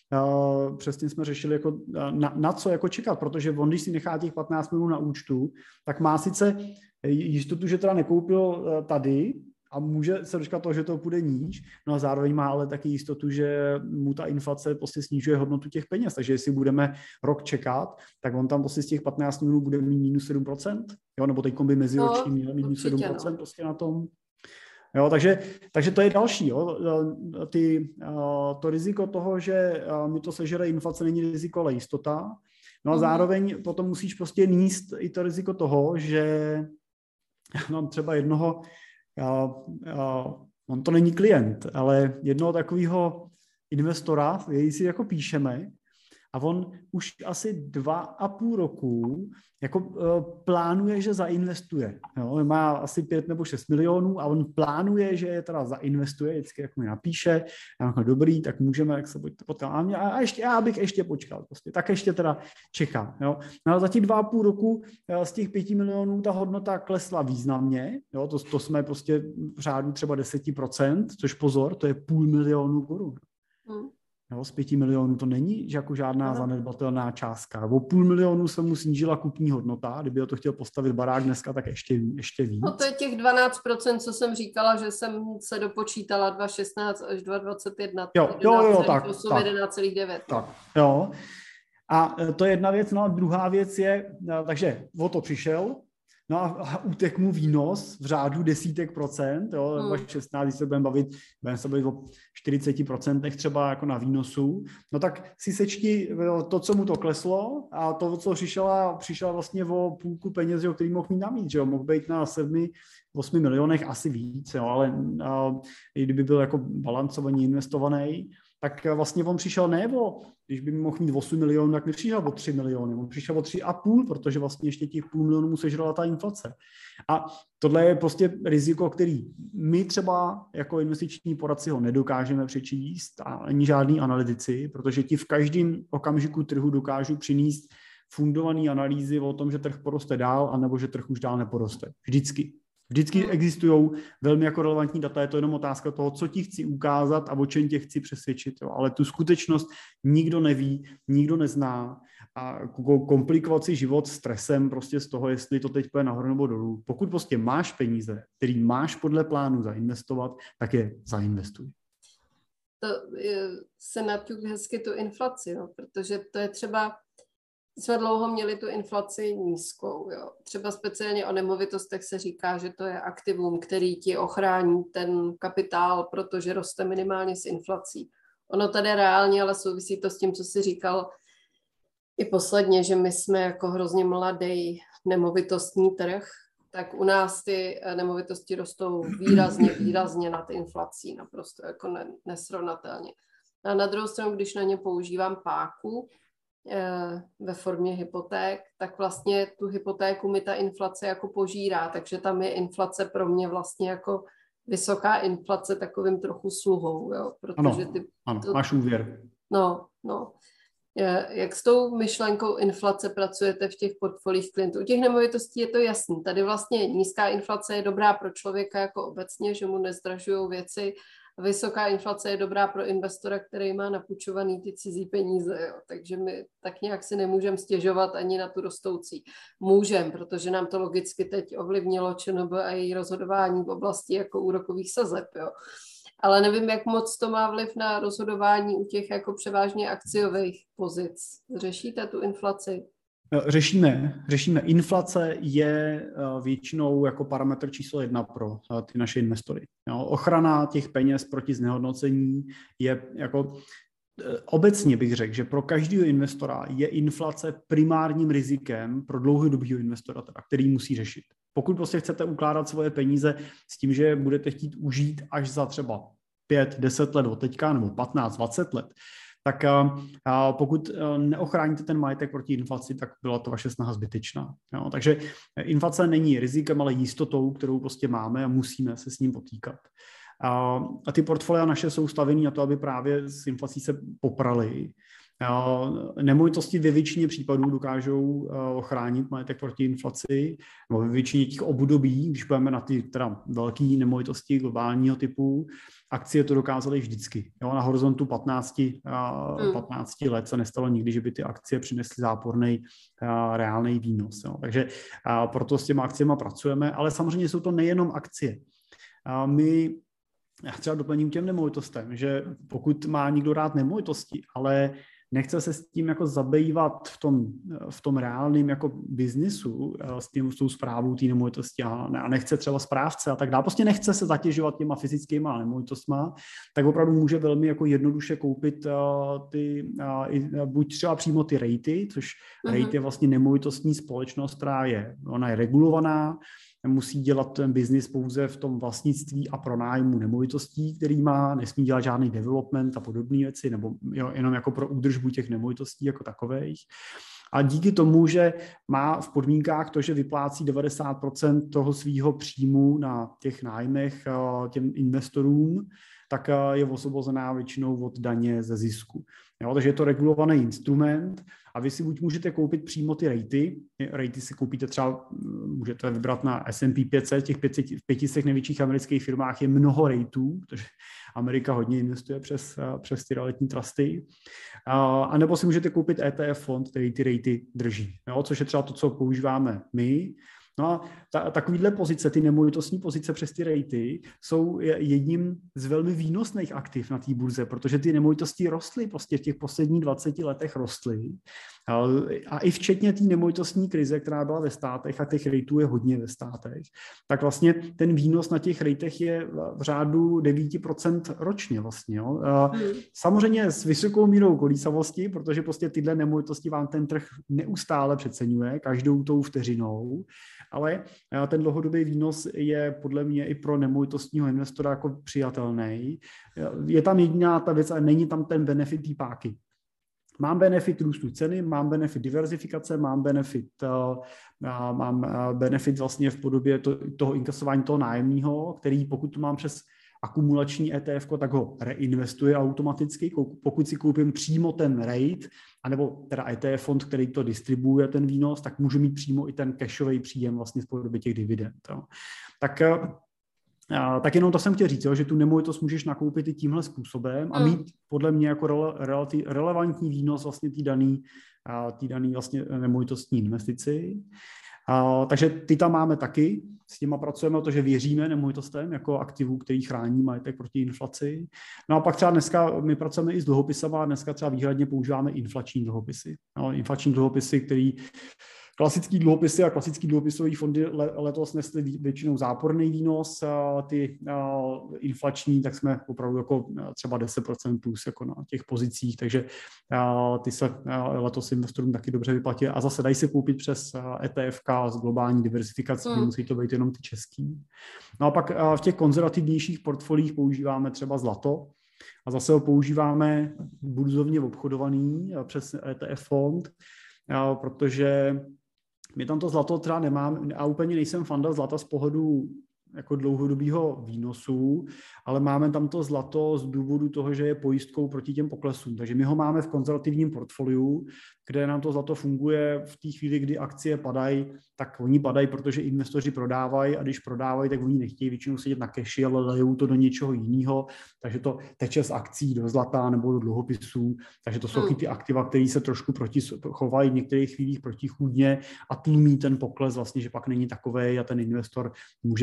přesně jsme řešili, jako, na, na co jako čekat, protože on, když si nechá těch patnáct milionů na účtu, tak má sice jistotu, že teda nekoupil tady a může se dočkat toho, že to půjde níž, no a zároveň má ale taky jistotu, že mu ta inflace prostě snižuje hodnotu těch peněz, takže jestli budeme rok čekat, tak on tam prostě z těch patnáct milionů bude mít minus sedm procent, jo, nebo teď by meziročně měl no, minus sedm procent no. Prostě na tom. Jo, takže, takže to je další. Jo. Ty, to riziko toho, že mi to sežere inflace, není riziko, ale jistota. No a zároveň potom musíš prostě níst i to riziko toho, že já mám třeba jednoho, já, já, on to není klient, ale jednoho takového investora, který si jako píšeme, a on už asi dva a půl roku jako uh, plánuje, že zainvestuje. Jo? Má asi pět nebo šest milionů a on plánuje, že je teda zainvestuje, vždycky jako mi napíše, já jako dobrý, tak můžeme, jak se potkáme. A, a ještě, já bych ještě počkal, prostě, tak ještě teda čekám. Jo? No a za těch dva a půl roku z těch pěti milionů ta hodnota klesla významně, jo? To, to jsme prostě v řádu třeba deset procent, což pozor, to je půl milionu korun. Hmm. Jo, z pěti milionů to není že jako žádná Aha. zanedbatelná částka. O půl milionu se mu snížila kupní hodnota, kdyby to chtěl postavit barák dneska, tak ještě, ještě víc. No to je těch dvanáct procent, co jsem říkala, že jsem se dopočítala dva šestnáct až dva dvacet jedna. Jo, jo, jo, tak, tak. jedenáct celá devět. Tak, jo. A to je jedna věc, no a druhá věc je, takže o to přišel, no a utek mu výnos v řádu desítek procent, jo, hmm. šestnáct, když se budeme bavit, budeme se bavit o čtyřicet procentech třeba jako na výnosu, no tak si sečti to, co mu to kleslo a to, co přišla, přišla vlastně o půlku peněz, který mohl mít navíc, že jo, mohl být na sedmi, osmi milionech asi víc, jo, ale a, i kdyby byl jako balancovaný, investovaný, tak vlastně on přišel ne o, když by mohl mít osm milionů, tak nepřišel o tři miliony, on přišel o tři a půl, protože vlastně ještě těch půl milionů mu sežrala ta inflace. A tohle je prostě riziko, který my třeba jako investiční poradci ho nedokážeme přečíst a ani žádný analytici, protože ti v každém okamžiku trhu dokážou přinést fundované analýzy o tom, že trh poroste dál, anebo že trh už dál neporoste. Vždycky. Vždycky existují velmi jako relevantní data, je to jenom otázka toho, co ti chci ukázat a o čem tě chci přesvědčit. Jo. Ale tu skutečnost nikdo neví, nikdo nezná a komplikovat si život stresem prostě z toho, jestli to teď půjde nahoru nebo dolů. Pokud prostě máš peníze, který máš podle plánu zainvestovat, tak je zainvestuj. To se naťuk hezky tu inflaci, no, protože to je třeba jsme dlouho měli tu inflaci nízkou. Jo. Třeba speciálně o nemovitostech se říká, že to je aktivum, který ti ochrání ten kapitál, protože roste minimálně s inflací. Ono tady reálně, ale souvisí to s tím, co jsi říkal i posledně, že my jsme jako hrozně mladý nemovitostní trh, tak u nás ty nemovitosti rostou výrazně, výrazně nad inflací, naprosto jako nesrovnatelně. A na druhou stranu, když na ně používám páku, ve formě hypoték, tak vlastně tu hypotéku mi ta inflace jako požírá, takže tam je inflace pro mě vlastně jako vysoká inflace takovým trochu sluhou, jo, protože ty... Ano, ano, máš úvěr. No, no. Jak s tou myšlenkou inflace pracujete v těch portfoliích klientů? U těch nemovitostí je to jasný. Tady vlastně nízká inflace je dobrá pro člověka jako obecně, že mu nezdražují věci. Vysoká inflace je dobrá pro investora, který má napůjčovaný ty cizí peníze. Jo. Takže my tak nějak si nemůžeme stěžovat ani na tu rostoucí. Můžeme, protože nám to logicky teď ovlivnilo ČNB a její rozhodování v oblasti jako úrokových sazeb. Jo. ale nevím, jak moc to má vliv na rozhodování u těch jako převážně akciových pozic. Řešíte tu inflaci? Řešíme, řešíme. Inflace je většinou jako parametr číslo jedna pro ty naše investory. Jo, ochrana těch peněz proti znehodnocení je jako obecně bych řekl, že pro každého investora je inflace primárním rizikem pro dlouhodobého investora, teda, který musí řešit. Pokud prostě chcete ukládat svoje peníze s tím, že budete chtít užít až za třeba pět, deset let od teďka, nebo patnáct, dvacet let, tak a pokud neochráníte ten majetek proti inflaci, tak byla to vaše snaha zbytečná. Jo? Takže inflace není rizikem, ale jistotou, kterou prostě máme a musíme se s ním potýkat. A ty portfolia naše jsou stavěny na to, aby právě s inflací se popraly. Nemovitosti ve většině případů dokážou ochránit majetek proti inflaci, nebo ve většině těch období, když půjdeme na ty teda velké nemovitosti globálního typu, akcie to dokázaly vždycky. Jo, na horizontu patnácti, patnácti let se nestalo nikdy, že by ty akcie přinesly záporný reálný výnos. Jo. Takže proto s těma akciemi pracujeme, ale samozřejmě jsou to nejenom akcie. My Já třeba doplním těm nemovitostem, že pokud má někdo rád nemovitosti, ale nechce se s tím jako zabývat v tom, v tom reálném jako biznisu, s tím, s tou správou té nemovitosti a nechce třeba správce a tak dále, prostě nechce se zatěžovat těma fyzickýma nemovitostma, tak opravdu může velmi jako jednoduše koupit uh, ty, uh, buď třeba přímo ty rejty, což uh-huh. rejt je vlastně nemovitostní společnost, která je, ona je regulovaná, musí dělat ten biznis pouze v tom vlastnictví a pronájmu nemovitostí, který má, nesmí dělat žádný development a podobné věci, nebo jo, jenom jako pro údržbu těch nemovitostí jako takových. A díky tomu, že má v podmínkách to, že vyplácí devadesát procent toho svýho příjmu na těch nájmech těm investorům, tak je osvobozená většinou od daně ze zisku. Jo, takže je to regulovaný instrument a vy si buď můžete koupit přímo ty rejty, rejty si koupíte třeba, můžete vybrat na S and P pět set, těch pěti z těch největších amerických firmách je mnoho rejtů, protože Amerika hodně investuje přes, přes ty realitní trusty, a nebo si můžete koupit E T F fond, který ty rejty drží, jo, což je třeba to, co používáme my. No a ta, takovýhle pozice, ty nemovitostní pozice přes ty rejty, jsou jedním z velmi výnosných aktiv na té burze, protože ty nemovitosti rostly, prostě v těch posledních dvaceti letech rostly. A i včetně té nemovitostní krize, která byla ve státech, a těch rejtů je hodně ve státech, tak vlastně ten výnos na těch rejtech je v řádu devět procent ročně vlastně. Jo. Samozřejmě s vysokou mírou kolísavosti, protože prostě tyhle nemovitosti vám ten trh neustále přeceňuje, každou tou vteřinou, ale ten dlouhodobý výnos je podle mě i pro nemovitostního investora jako přijatelný. Je tam jediná ta věc, ale není tam ten benefit té páky. Mám benefit růstu ceny, mám benefit diverzifikace, mám benefit, uh, mám uh, benefit vlastně v podobě to, toho inkasování toho nájemního, který pokud to mám přes akumulační E T F, tak ho reinvestuje automaticky, pokud si koupím přímo ten rate, anebo teda E T F fond, který to distribuuje ten výnos, tak můžu mít přímo i ten cashový příjem vlastně v podobě těch dividend. Jo. Tak Uh, tak jenom to jsem chtěl říct, jo, že tu nemovitost můžeš nakoupit i tímhle způsobem a mít podle mě jako rele, rele, relevantní výnos vlastně té daný, uh, daný vlastně nemovitostní investici. Uh, takže ty tam máme taky, s těma pracujeme o to, že věříme nemovitostem jako aktivu, který chrání majetek proti inflaci. No a pak třeba dneska my pracujeme i s dluhopisama a dneska třeba výhradně používáme inflační dluhopisy. No, inflační dluhopisy, který klasický dluhopisy a klasický dluhopisový fondy letos nesly většinou záporný výnos, ty inflační, tak jsme opravdu jako třeba deset procent plus jako na těch pozicích, takže ty se letos investorům taky dobře vyplatí a zase dají se koupit přes E T F k s globální diversifikací, mm. musí to být jenom ty český. No a pak v těch konzervativnějších portfoliích používáme třeba zlato a zase ho používáme burzovně obchodovaný přes E T F fond, protože my tam to zlato třeba nemám a úplně nejsem fanda zlata z pohledu jako dlouhodobého výnosu, ale máme tam to zlato z důvodu toho, že je pojistkou proti těm poklesům. Takže my ho máme v konzervativním portfoliu, kde nám to zlato funguje v té chvíli, kdy akcie padají, tak oni padají, protože investoři prodávají a když prodávají, tak oni nechtějí většinou sedět na keši, ale lejou to do něčeho jiného, takže to teče z akcí do zlata nebo do dluhopisů, takže to jsou hmm. ty aktiva, které se trošku proti, chovají v některých chvílích protichůdně a tlumí ten pokles vlastně, že pak není takovej a ten investor může v noci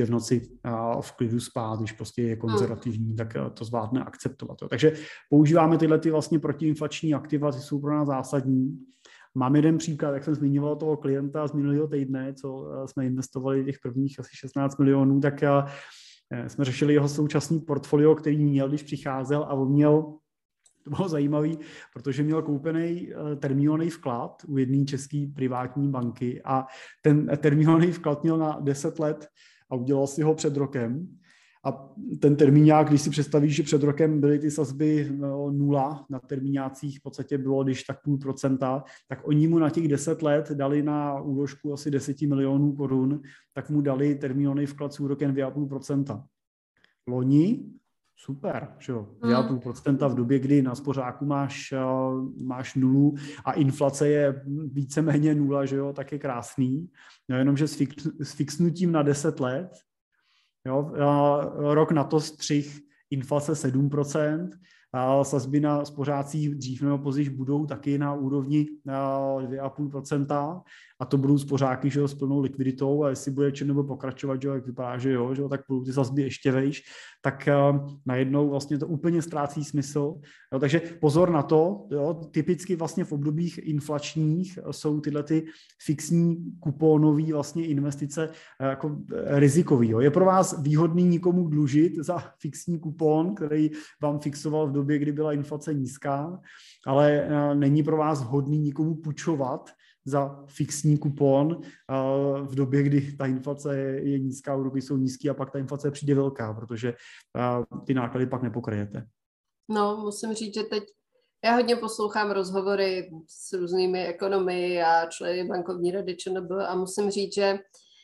si v klidu spát, když prostě je konzervativní, tak to zvládne akceptovat. Jo. Takže používáme tyhle ty vlastně protiinflační aktiva, ty jsou pro nás zásadní. Mám jeden příklad, jak jsem zmiňoval toho klienta z minulého týdne, co jsme investovali těch prvních asi šestnáct milionů, tak jsme řešili jeho současný portfolio, který měl, když přicházel, a on měl, to bylo zajímavé, protože měl koupený termínový vklad u jedné české privátní banky a ten termínový vklad měl na deset let a udělal si ho před rokem. A ten termíňák, když si představíš, že před rokem byly ty sazby nula, na termíňácích v podstatě bylo, když tak půl procenta, tak oni mu na těch deset let dali na úložku asi deset milionů korun, tak mu dali termínový vklad s úrokem dvě celá pět procenta. Loni, super, že jo, dvě celá pět procenta v době, kdy na spořáku máš, máš nulu a inflace je víceméně nula, že jo, tak je krásný. No jenomže s, fix, s fixnutím na deset let, jo, rok na to střih inflace sedm procent, a sazby na spořácích dřív nebo později budou taky na úrovni dvě celá pět procenta a to budou spořáky, že jo, s plnou likviditou, a jestli bude ČNB pokračovat, že jo, jak vypadá, že jo, že jo, tak budou ty sazby ještě vejš, tak uh, najednou vlastně to úplně ztrácí smysl. Jo, takže pozor na to, jo, typicky vlastně v obdobích inflačních jsou tyhle ty fixní kuponové vlastně investice uh, jako rizikový. Jo. Je pro vás výhodný nikomu dlužit za fixní kupon, který vám fixoval v době, kdy byla inflace nízká, ale uh, není pro vás vhodný nikomu půjčovat za fixní kupon v době, kdy ta inflace je, je nízká, úroky jsou nízký a pak ta inflace přijde velká, protože ty náklady pak nepokryjete. No, musím říct, že teď já hodně poslouchám rozhovory s různými ekonomy a členy bankovní rady ČNB a musím říct, že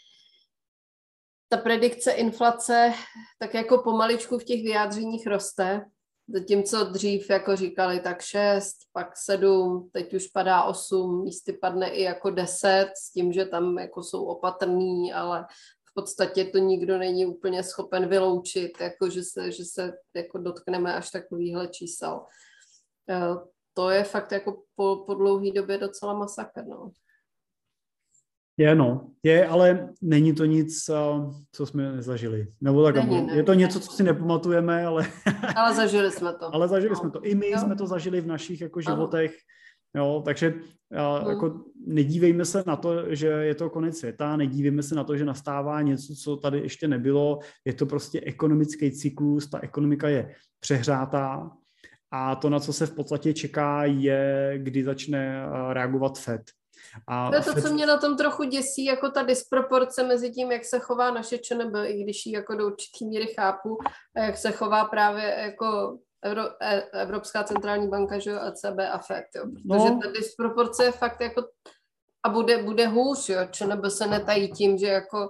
ta predikce inflace tak jako pomaličku v těch vyjádřeních roste. Zatímco dřív jako říkali tak šest, pak sedm, teď už padá osm, místy padne i jako deset, s tím, že tam jako jsou opatrní, ale v podstatě to nikdo není úplně schopen vyloučit, jako že se, že se jako dotkneme až takovýhle čísel. To je fakt jako po, po dlouhé době docela masakr, no. Je, no. Je, ale není to nic, co jsme nezažili. Nebo tak, není, ne, je to něco, co si nepamatujeme, ale... ale zažili jsme to. Ale zažili no. jsme to. I my jo. jsme to zažili v našich jako životech. Jo, takže no. jako nedívejme se na to, že je to konec světa, nedívejme se na to, že nastává něco, co tady ještě nebylo. Je to prostě ekonomický cyklus, ta ekonomika je přehrátá a to, na co se v podstatě čeká, je, kdy začne reagovat Fed. A to je to, Fed... co mě na tom trochu děsí, jako ta disproporce mezi tím, jak se chová naše ČNB, i když ji jako do určitý míry chápu, a jak se chová právě jako Evro, Evropská centrální banka, že jo, E C B a Fed, jo, protože no. ta disproporce je fakt jako, a bude, bude hůř, jo, ČNB se netají tím, že jako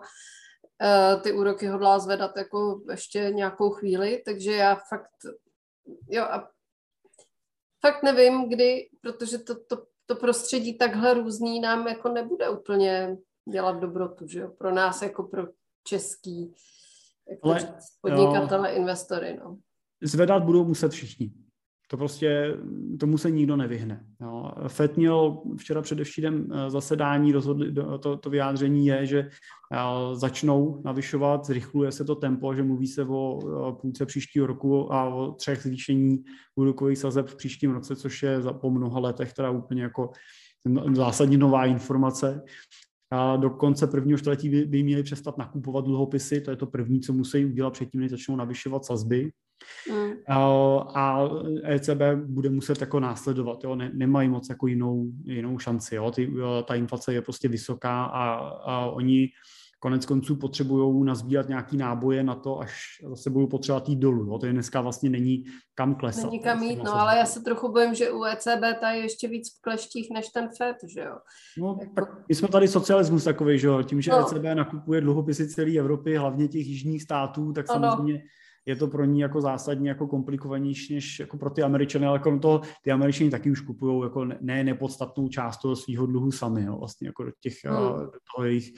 uh, ty úroky hodlá zvedat jako ještě nějakou chvíli, takže já fakt, jo, a fakt nevím, kdy, protože to, to to prostředí takhle různý nám jako nebude úplně dělat dobrotu, že jo? Pro nás jako pro český jako Ale, podnikatele, jo, investory, no. Zvedat budou muset všichni. To prostě, tomu se nikdo nevyhne. Jo. Fed měl včera především zasedání, rozhodli, to, to vyjádření je, že začnou navyšovat, zrychluje se to tempo, že mluví se o půlce příštího roku a o třech zvýšení úrokových sazeb v příštím roce, což je za, po mnoha letech teda úplně jako zásadní nová informace. A do konce prvního čtvrtletí by, by měli přestat nakupovat dluhopisy, to je to první, co musí udělat předtím, než začnou navyšovat sazby. Mm. A, a E C B bude muset jako následovat, jo? Ne, nemají moc jako jinou, jinou šanci. Jo? Ty, ta inflace je prostě vysoká a, a oni konec konců potřebují nazbírat nějaký náboje na to, až zase budou potřebovat jít dolů. Jo? To je dneska vlastně není kam klesat. Není kam jít, no, ale já se trochu bojím, že u E C B ta je ještě víc v kleštích než ten Fed, že jo? No, jako... tak my jsme tady socialismus takový, že jo? Tím, že no. E C B nakupuje dluhopisy celé Evropy, hlavně těch jižních států, tak ano. samozřejmě je to pro ní jako zásadně jako komplikovanější než jako pro ty Američany, ale kolem toho ty Američani taky už kupují jako ne nepodstatnou část toho svého dluhu sami, jo, vlastně jako do těch hmm. do toho jejich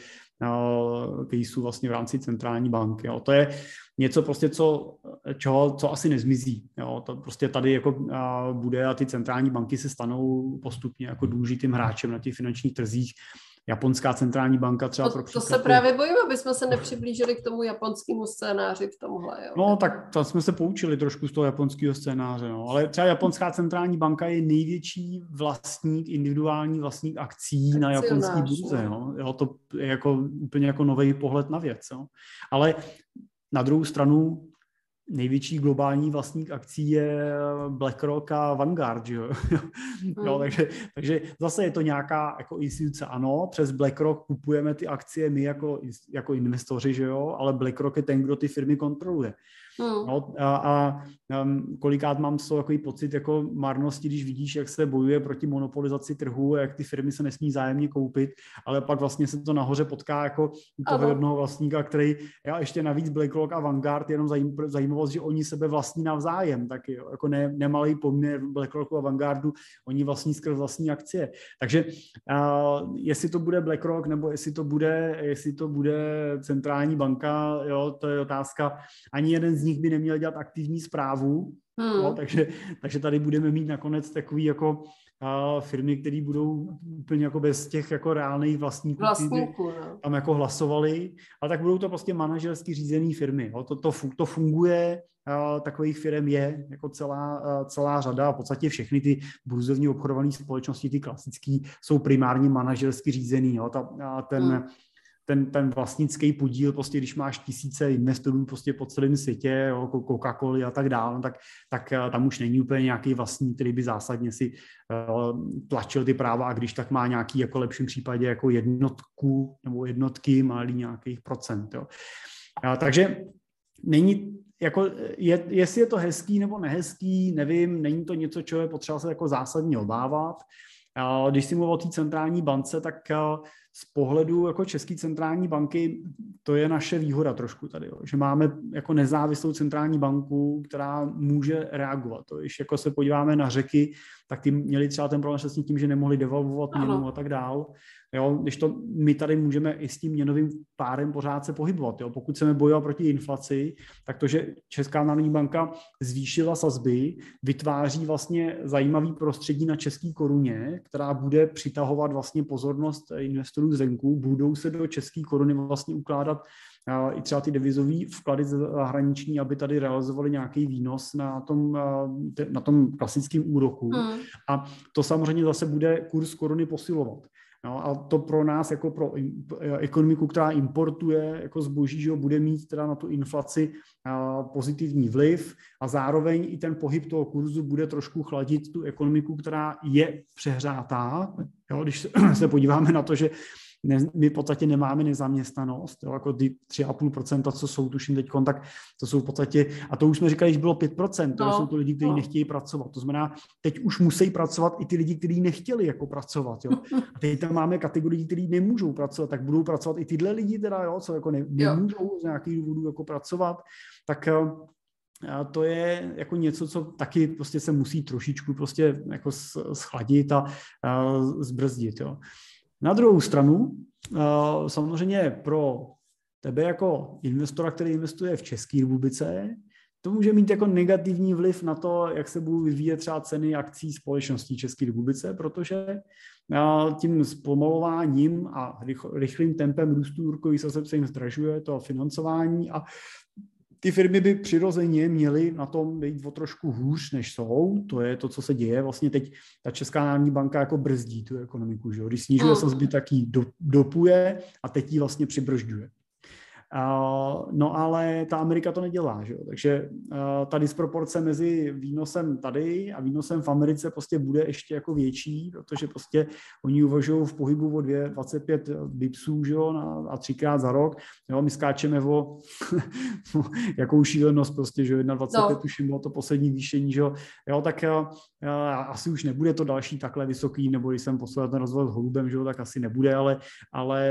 uh, caseů vlastně v rámci centrální banky. Jo. To je něco prostě, co, čeho, co asi nezmizí. Jo. To prostě tady jako uh, bude a ty centrální banky se stanou postupně jako důležitým hráčem na těch finančních trzích japonská centrální banka třeba to, pro příklad... příklad... To se právě bojím, aby jsme se nepřiblížili k tomu japonskému scénáři v tomhle. Jo. No, tak tam jsme se poučili trošku z toho japonského scénáře, no. Ale třeba japonská centrální banka je největší vlastník, individuální vlastník akcí na japonské burze, no. Jo, to je jako úplně jako nový pohled na věc, jo. Ale na druhou stranu největší globální vlastník akcí je BlackRock a Vanguard, jo. jo, takže, takže zase je to nějaká jako instituce, ano, přes BlackRock kupujeme ty akcie my jako, jako investoři, že jo, ale BlackRock je ten, kdo ty firmy kontroluje. Hmm. No, a, a um, kolikrát mám z toho takový pocit jako marnosti, když vidíš, jak se bojuje proti monopolizaci trhu, jak ty firmy se nesmí zájemně koupit, ale pak vlastně se to nahoře potká jako u toho jednoho vlastníka, který, já ještě navíc BlackRock a Vanguard, jenom zajím, zajímavost, že oni sebe vlastní navzájem, tak jo, jako ne, nemalý poměr BlackRocku a Vanguardu, oni vlastní skrz vlastní akcie. Takže uh, jestli to bude BlackRock, nebo jestli to bude, jestli to bude centrální banka, jo, to je otázka. Ani jeden z nich by neměl dělat aktivní správu, hmm. no, takže, takže tady budeme mít nakonec takový jako uh, firmy, které budou úplně jako bez těch jako reálných vlastníků, Vlastníků, no. tam jako hlasovali, ale tak budou to prostě manažersky řízené firmy. Jo. To, to, to funguje, uh, takových firm je jako celá, uh, celá řada a v podstatě všechny ty burzovní obchodované společnosti, ty klasický, jsou primárně manažersky řízený. Jo. Ta, uh, ten hmm. Ten, ten vlastnický podíl, prostě když máš tisíce investorů prostě po celém světě, jo, Coca-Cola a tak dále, tak, tak tam už není úplně nějaký vlastník, který by zásadně si uh, tlačil ty práva, a když tak má nějaký jako lepším případě jako jednotku nebo jednotky malý nějakých procent. Jo. Uh, takže není jako, je, jestli je to hezký nebo nehezký, nevím, není to něco, čeho je potřeba se jako zásadně obávat. Uh, když si mluvil o té centrální bance, tak uh, z pohledu jako České centrální banky to je naše výhoda trošku tady, jo, že máme jako nezávislou centrální banku, která může reagovat. To, když jako se podíváme na Řeky, tak ty měli třeba ten problém s tím, že nemohli devalvovat měnu a tak dál. Jo, když to my tady můžeme i s tím měnovým párem pořád se pohybovat. Jo. Pokud chceme bojovat proti inflaci, tak to, že Česká národní banka zvýšila sazby, vytváří vlastně zajímavý prostředí na české koruně, která bude přitahovat vlastně pozornost investorů zvenku, budou se do české koruny vlastně ukládat uh, i třeba ty devizové vklady zahraniční, aby tady realizovali nějaký výnos na tom, uh, te, na tom klasickém úroku. Mm. A to samozřejmě zase bude kurz koruny posilovat. No, a to pro nás, jako pro ekonomiku, která importuje jako zboží, že bude mít teda na tu inflaci a, pozitivní vliv a zároveň i ten pohyb toho kurzu bude trošku chladit tu ekonomiku, která je přehřátá. Jo, když se podíváme na to, že ne, my v podstatě nemáme nezaměstnanost, jo, jako ty tři a půl procenta, co jsou tuším teď, tak to jsou v podstatě, a to už jsme říkali, že bylo pět procent, to no, jsou to lidi, kteří no. nechtějí pracovat. To znamená, teď už musí pracovat i ty lidi, kteří nechtěli jako pracovat. Jo. A teď tam máme kategorii, kteří nemůžou pracovat, tak budou pracovat i tyhle lidi, teda, jo, co jako ne, nemůžou z nějakých důvodů jako pracovat, tak a to je jako něco, co taky prostě se musí trošičku prostě jako schladit a, a zbrzdit. Jo. Na druhou stranu, samozřejmě pro tebe jako investora, který investuje v České republice, to může mít jako negativní vliv na to, jak se budou vyvíjet třeba ceny akcí společností České republice, protože tím zpomalováním a rychlým tempem růstu úrokových sazeb se jim zdražuje to financování a ty firmy by přirozeně měly na tom být o trošku hůř, než jsou. To je to, co se děje. Vlastně teď ta Česká národní banka jako brzdí tu ekonomiku. Že? Když snižuje sazby, tak ji do, dopuje a teď ji vlastně přibržďuje. Uh, no ale ta Amerika to nedělá, že jo? Takže uh, ta disproporce mezi výnosem tady a výnosem v Americe prostě bude ještě jako větší, protože prostě oni uvažují v pohybu o dvacet pět bipsů, že jo, na, a třikrát za rok, jo, my skáčeme o jakou šílenost prostě, že jo, dvacet pět no. Už bylo to poslední výšení, že jo, jo tak uh, asi už nebude to další takhle vysoký, nebo když jsem posledně ten rozhovor s Holubem, že jo, tak asi nebude, ale, ale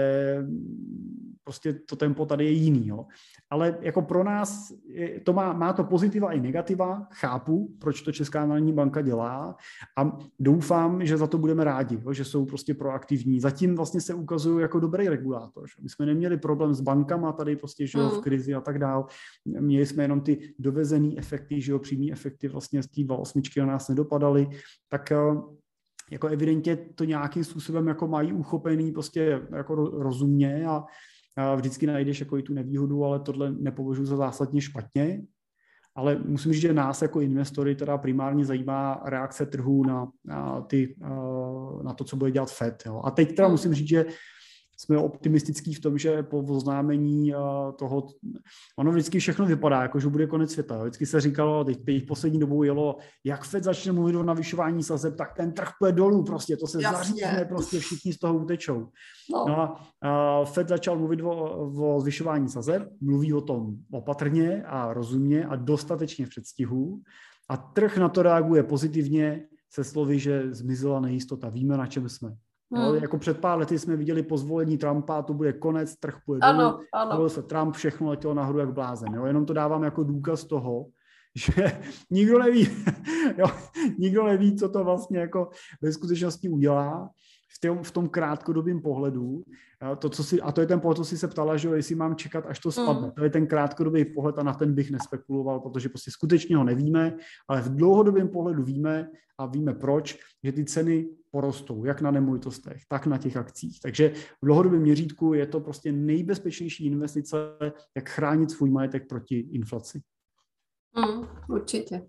prostě to tempo tady je jiný, jo. Ale jako pro nás je, to má, má to pozitiva i negativa, chápu, proč to Česká národní banka dělá a doufám, že za to budeme rádi, jo, že jsou prostě proaktivní. Zatím vlastně se ukazují jako dobrý regulátor. Že? My jsme neměli problém s bankama tady prostě, že jo, v krizi a tak dál. Měli jsme jenom ty dovezený efekty, že jo, přímý efekty vlastně z té dva osmičky na nás nedopadaly, tak jako evidentně to nějakým způsobem jako mají uchopený prostě jako rozumně a, a vždycky najdeš jako i tu nevýhodu, ale tohle nepovažuji za zásadně špatně. Ale musím říct, že nás jako investory teda primárně zajímá reakce trhu na, na, ty, na to, co bude dělat Fed. Jo. A teď teda musím říct, že jsme optimistický v tom, že po oznámení toho, ono vždycky všechno vypadá, jako že bude konec světa. Jo. Vždycky se říkalo, teď, teď poslední dobou jelo, jak Fed začne mluvit o navyšování sazeb, tak ten trh půjde dolů, prostě to se zařízne, prostě všichni z toho utečou. No, no a, a Fed začal mluvit o, o zvyšování sazeb, mluví o tom opatrně a rozumně a dostatečně v předstihu a trh na to reaguje pozitivně se slovy, že zmizela nejistota, víme, na čem jsme. Hmm. Jo, jako před pár lety jsme viděli po zvolení Trumpa, to bude konec, trh půjde dolů, ano. se Trump, všechno letělo nahoru jak blázen. Jo. Jenom to dávám jako důkaz toho, že nikdo neví, jo, nikdo neví, co to vlastně jako ve skutečnosti udělá v tom, v tom krátkodobém pohledu. To, co si, a to je ten pohled, co jsi se ptala, že jo, jestli mám čekat, až to spadne. Mm. To je ten krátkodobý pohled a na ten bych nespekuloval, protože prostě skutečně ho nevíme, ale v dlouhodobém pohledu víme a víme proč, že ty ceny porostou, jak na nemovitostech, tak na těch akcích. Takže v dlouhodobém měřítku je to prostě nejbezpečnější investice, jak chránit svůj majetek proti inflaci. Mm, určitě.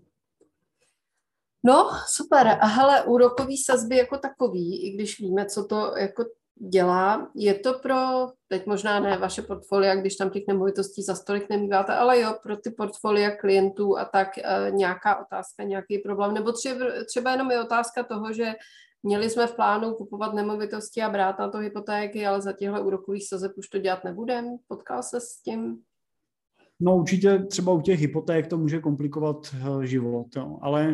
No, super. A hele, úrokový sazby jako takový, i když víme, co to jako dělá, je to pro, teď možná ne vaše portfolia, když tam těch nemovitostí za stolik nemýváte, ale jo, pro ty portfolia klientů a tak e, nějaká otázka, nějaký problém, nebo třeba, třeba jenom je otázka toho, že měli jsme v plánu kupovat nemovitosti a brát na to hypotéky, ale za těchto úrokových sazeb už to dělat nebudem. Potkal se s tím? No určitě třeba u těch hypoték to může komplikovat život, jo. Ale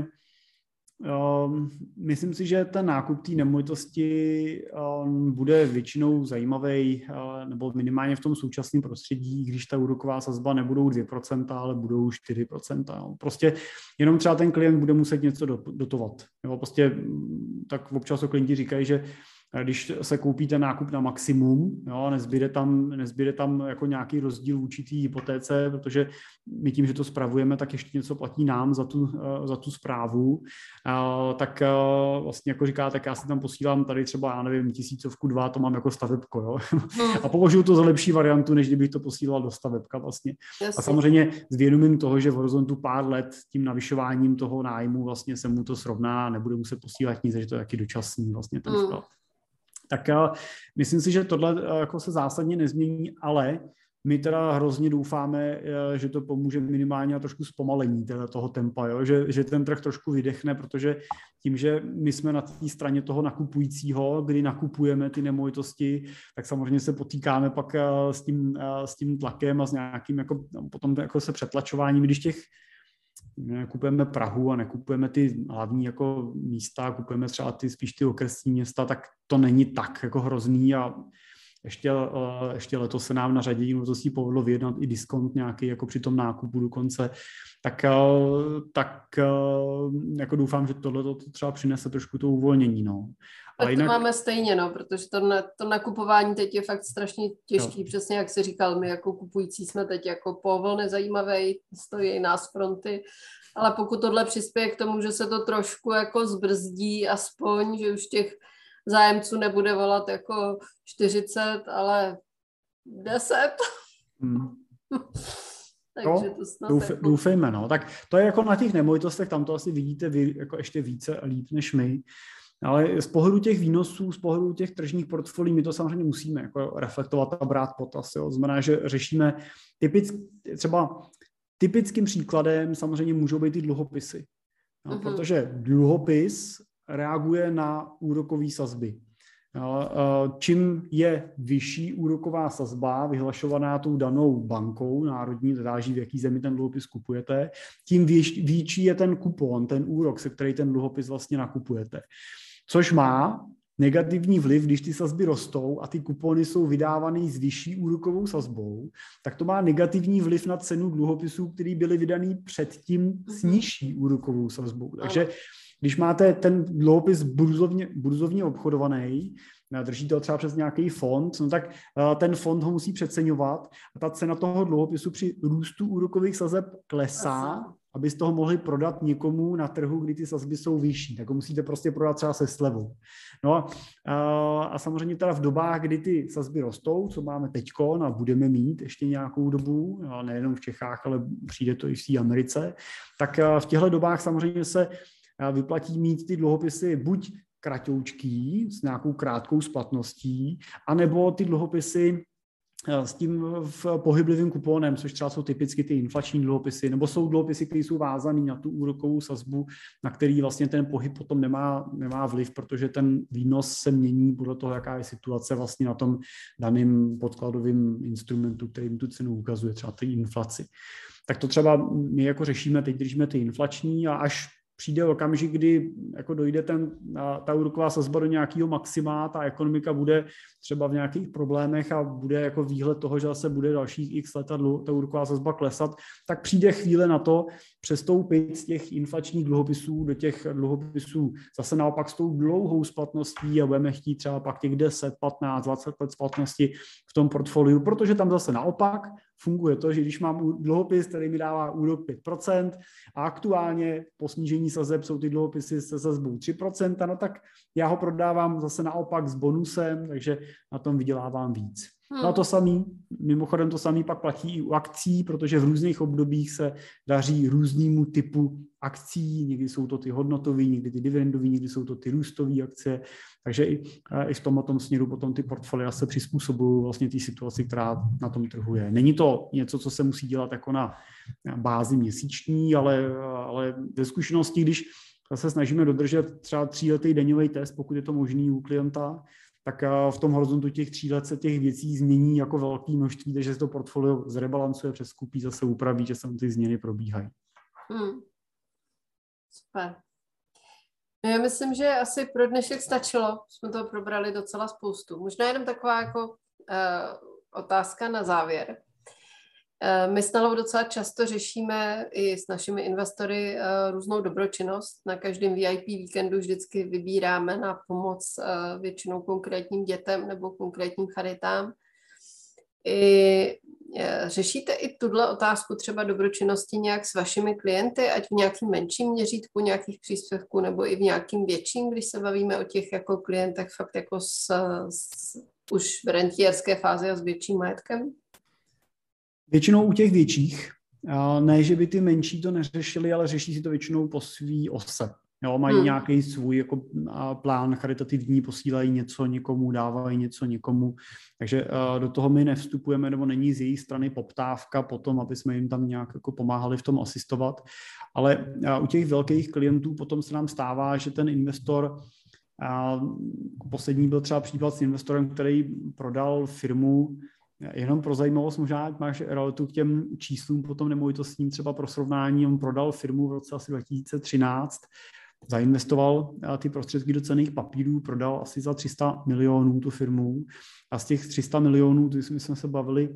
um, myslím si, že ten nákup té nemovitosti um, bude většinou zajímavý, uh, nebo minimálně v tom současném prostředí, když ta úroková sazba nebudou dvě procenta, ale budou čtyři procenta. Jo. Prostě jenom třeba ten klient bude muset něco dotovat. Jo. Prostě tak občas to klienti říkají, že když se koupí ten nákup na maximum, jo, nezbyde tam, nezbyde tam jako nějaký rozdíl vůči té hypotéce, protože my tím, že to spravujeme, tak ještě něco platí nám za tu, za tu správu, tak vlastně jako říká, tak já si tam posílám tady třeba, já nevím, tisícovku dva, to mám jako stavebko, jo. A považuji to za lepší variantu, než kdybych to posílal do stavebka vlastně. A samozřejmě s vědomím toho, že v horizontu pár let tím navyšováním toho nájmu vlastně se mu to srovná, nebude muset posílat nic, že to je taky dočasný vlastně ten vklad. Tak já myslím si, že tohle jako se zásadně nezmění, ale my teda hrozně doufáme, že to pomůže minimálně a trošku zpomalení teda toho tempa, jo? Že, že ten trh trošku vydechne, protože tím, že my jsme na té straně toho nakupujícího, kdy nakupujeme ty nemovitosti, tak samozřejmě se potýkáme pak s tím, s tím tlakem a s nějakým jako, potom jako se přetlačováním, když těch kupujeme Prahu a nekupujeme ty hlavní jako místa, kupujeme třeba ty spíš ty okresní města, tak to není tak jako hrozný a ještě, ještě letos se nám na řadě nemovitostí povedlo vyjednat i diskont nějaký jako při tom nákupu dokonce, tak, tak jako doufám, že tohle to třeba přinese trošku to uvolnění. No. Ale jinak... to máme stejně, no, protože to, na, to nakupování teď je fakt strašně těžký, jo. Přesně jak jsi říkal, my jako kupující jsme teď jako povol nezajímavý, stojí nás fronty, ale pokud tohle přispěje k tomu, že se to trošku jako zbrzdí aspoň, že už těch zájemců nebude volat jako čtyřicet, ale deset. Hmm. Takže to snad douf, jako... Doufejme, no. Tak to je jako na těch nemovitostech, tam to asi vidíte vy jako ještě více a líp než my. Ale z pohledu těch výnosů, z pohledu těch tržních portfolií, my to samozřejmě musíme jako reflektovat a brát potaz. Jo. Znamená, že řešíme typick, třeba typickým příkladem samozřejmě můžou být i dluhopisy. Jo, uh-huh. Protože dluhopis reaguje na úrokové sazby. Čím je vyšší úroková sazba vyhlašovaná tou danou bankou národní, záleží v jaký zemi ten dluhopis kupujete, tím větší je ten kupon, ten úrok, se který ten dluhopis vlastně nakupujete. Což má negativní vliv, když ty sazby rostou a ty kupony jsou vydávané s vyšší úrokovou sazbou, tak to má negativní vliv na cenu dluhopisů, které byly vydaný předtím s nižší úrokovou sazbou. Takže když máte ten dluhopis burzovně, burzovně obchodovaný, drží to třeba přes nějaký fond, no tak ten fond ho musí přeceňovat a ta cena toho dluhopisu při růstu úrokových sazeb klesá aby z toho mohli prodat někomu na trhu, kdy ty sazby jsou vyšší. Tak ho musíte prostě prodat třeba se slevou. No a, a samozřejmě teda v dobách, kdy ty sazby rostou, co máme teďko a budeme mít ještě nějakou dobu, nejenom v Čechách, ale přijde to i v té Americe, tak v těchto dobách samozřejmě se vyplatí mít ty dluhopisy buď kratoučký s nějakou krátkou splatností, anebo ty dluhopisy s tím v pohyblivým kuponem, což třeba jsou typicky ty inflační dluhopisy, nebo jsou dluhopisy, které jsou vázané na tu úrokovou sazbu, na který vlastně ten pohyb potom nemá, nemá vliv, protože ten výnos se mění podle toho, jaká je situace vlastně na tom daném podkladovém instrumentu, který tu cenu ukazuje, třeba ty inflaci. Tak to třeba my jako řešíme, teď držíme ty inflační a až přijde okamžik, kdy jako dojde ten, ta úroková sazba do nějakého maxima, ta ekonomika bude třeba v nějakých problémech a bude jako výhled toho, že zase bude dalších x let ta úroková sazba klesat, tak přijde chvíle na to přestoupit z těch inflačních dluhopisů do těch dluhopisů zase naopak s tou dlouhou splatností a budeme chtít třeba pak těch deset, patnáct, dvacet let splatnosti v tom portfoliu, protože tam zase naopak funguje to, že když mám dluhopis, který mi dává úrok pět procent a aktuálně po snížení sazeb jsou ty dluhopisy se sazbou tři procenta, no tak já ho prodávám zase naopak s bonusem, takže na tom vydělávám víc. Hmm. No a to samý, mimochodem to samý pak platí i u akcí, protože v různých obdobích se daří různému typu akcí, někdy jsou to ty hodnotové, někdy ty dividendové, někdy jsou to ty růstové akcie, takže i, i v tomto směru potom ty portfolia se přizpůsobují vlastně té situaci, která na tom trhu je. Není to něco, co se musí dělat jako na bázi měsíční, ale, ale ve zkušenosti, když se snažíme dodržet třeba tříletý daňový test, pokud je to možný u klienta, tak v tom horizontu těch tří let se těch věcí změní jako velké množství, takže se to portfolio zrebalancuje, přeskupí, zase upraví, že se ty změny probíhají. Hmm. Super. Já myslím, že asi pro dnešek stačilo. Jsme toho probrali docela spoustu. Možná jenom taková jako uh, otázka na závěr. Uh, my s Nelou docela často řešíme i s našimi investory uh, různou dobročinnost. Na každém V I P víkendu vždycky vybíráme na pomoc uh, většinou konkrétním dětem nebo konkrétním charitám. I, uh, řešíte i tuhle otázku třeba dobročinnosti nějak s vašimi klienty, ať v nějakým menším měřítku nějakých příspěvků nebo i v nějakým větším, když se bavíme o těch jako klientech fakt jako s, s, už v rentierské fázi a s větším majetkem? Většinou u těch větších, ne, že by ty menší to neřešili, ale řeší si to většinou po svý ose. Jo, mají hmm. nějaký svůj jako plán charitativní, posílají něco někomu, dávají něco někomu, takže do toho my nevstupujeme, nebo není z její strany poptávka potom, aby jsme jim tam nějak jako pomáhali v tom asistovat, ale u těch velkých klientů potom se nám stává, že ten investor, poslední byl třeba případ s investorem, který prodal firmu. Jenom pro zajímavost, možná máš realitu k těm číslům potom nemovitostním třeba pro srovnání, on prodal firmu v roce asi dva tisíce třináct, zainvestoval ty prostředky do cenných papírů, prodal asi za tři sta milionů tu firmu a z těch tři sta milionů, my jsme se bavili,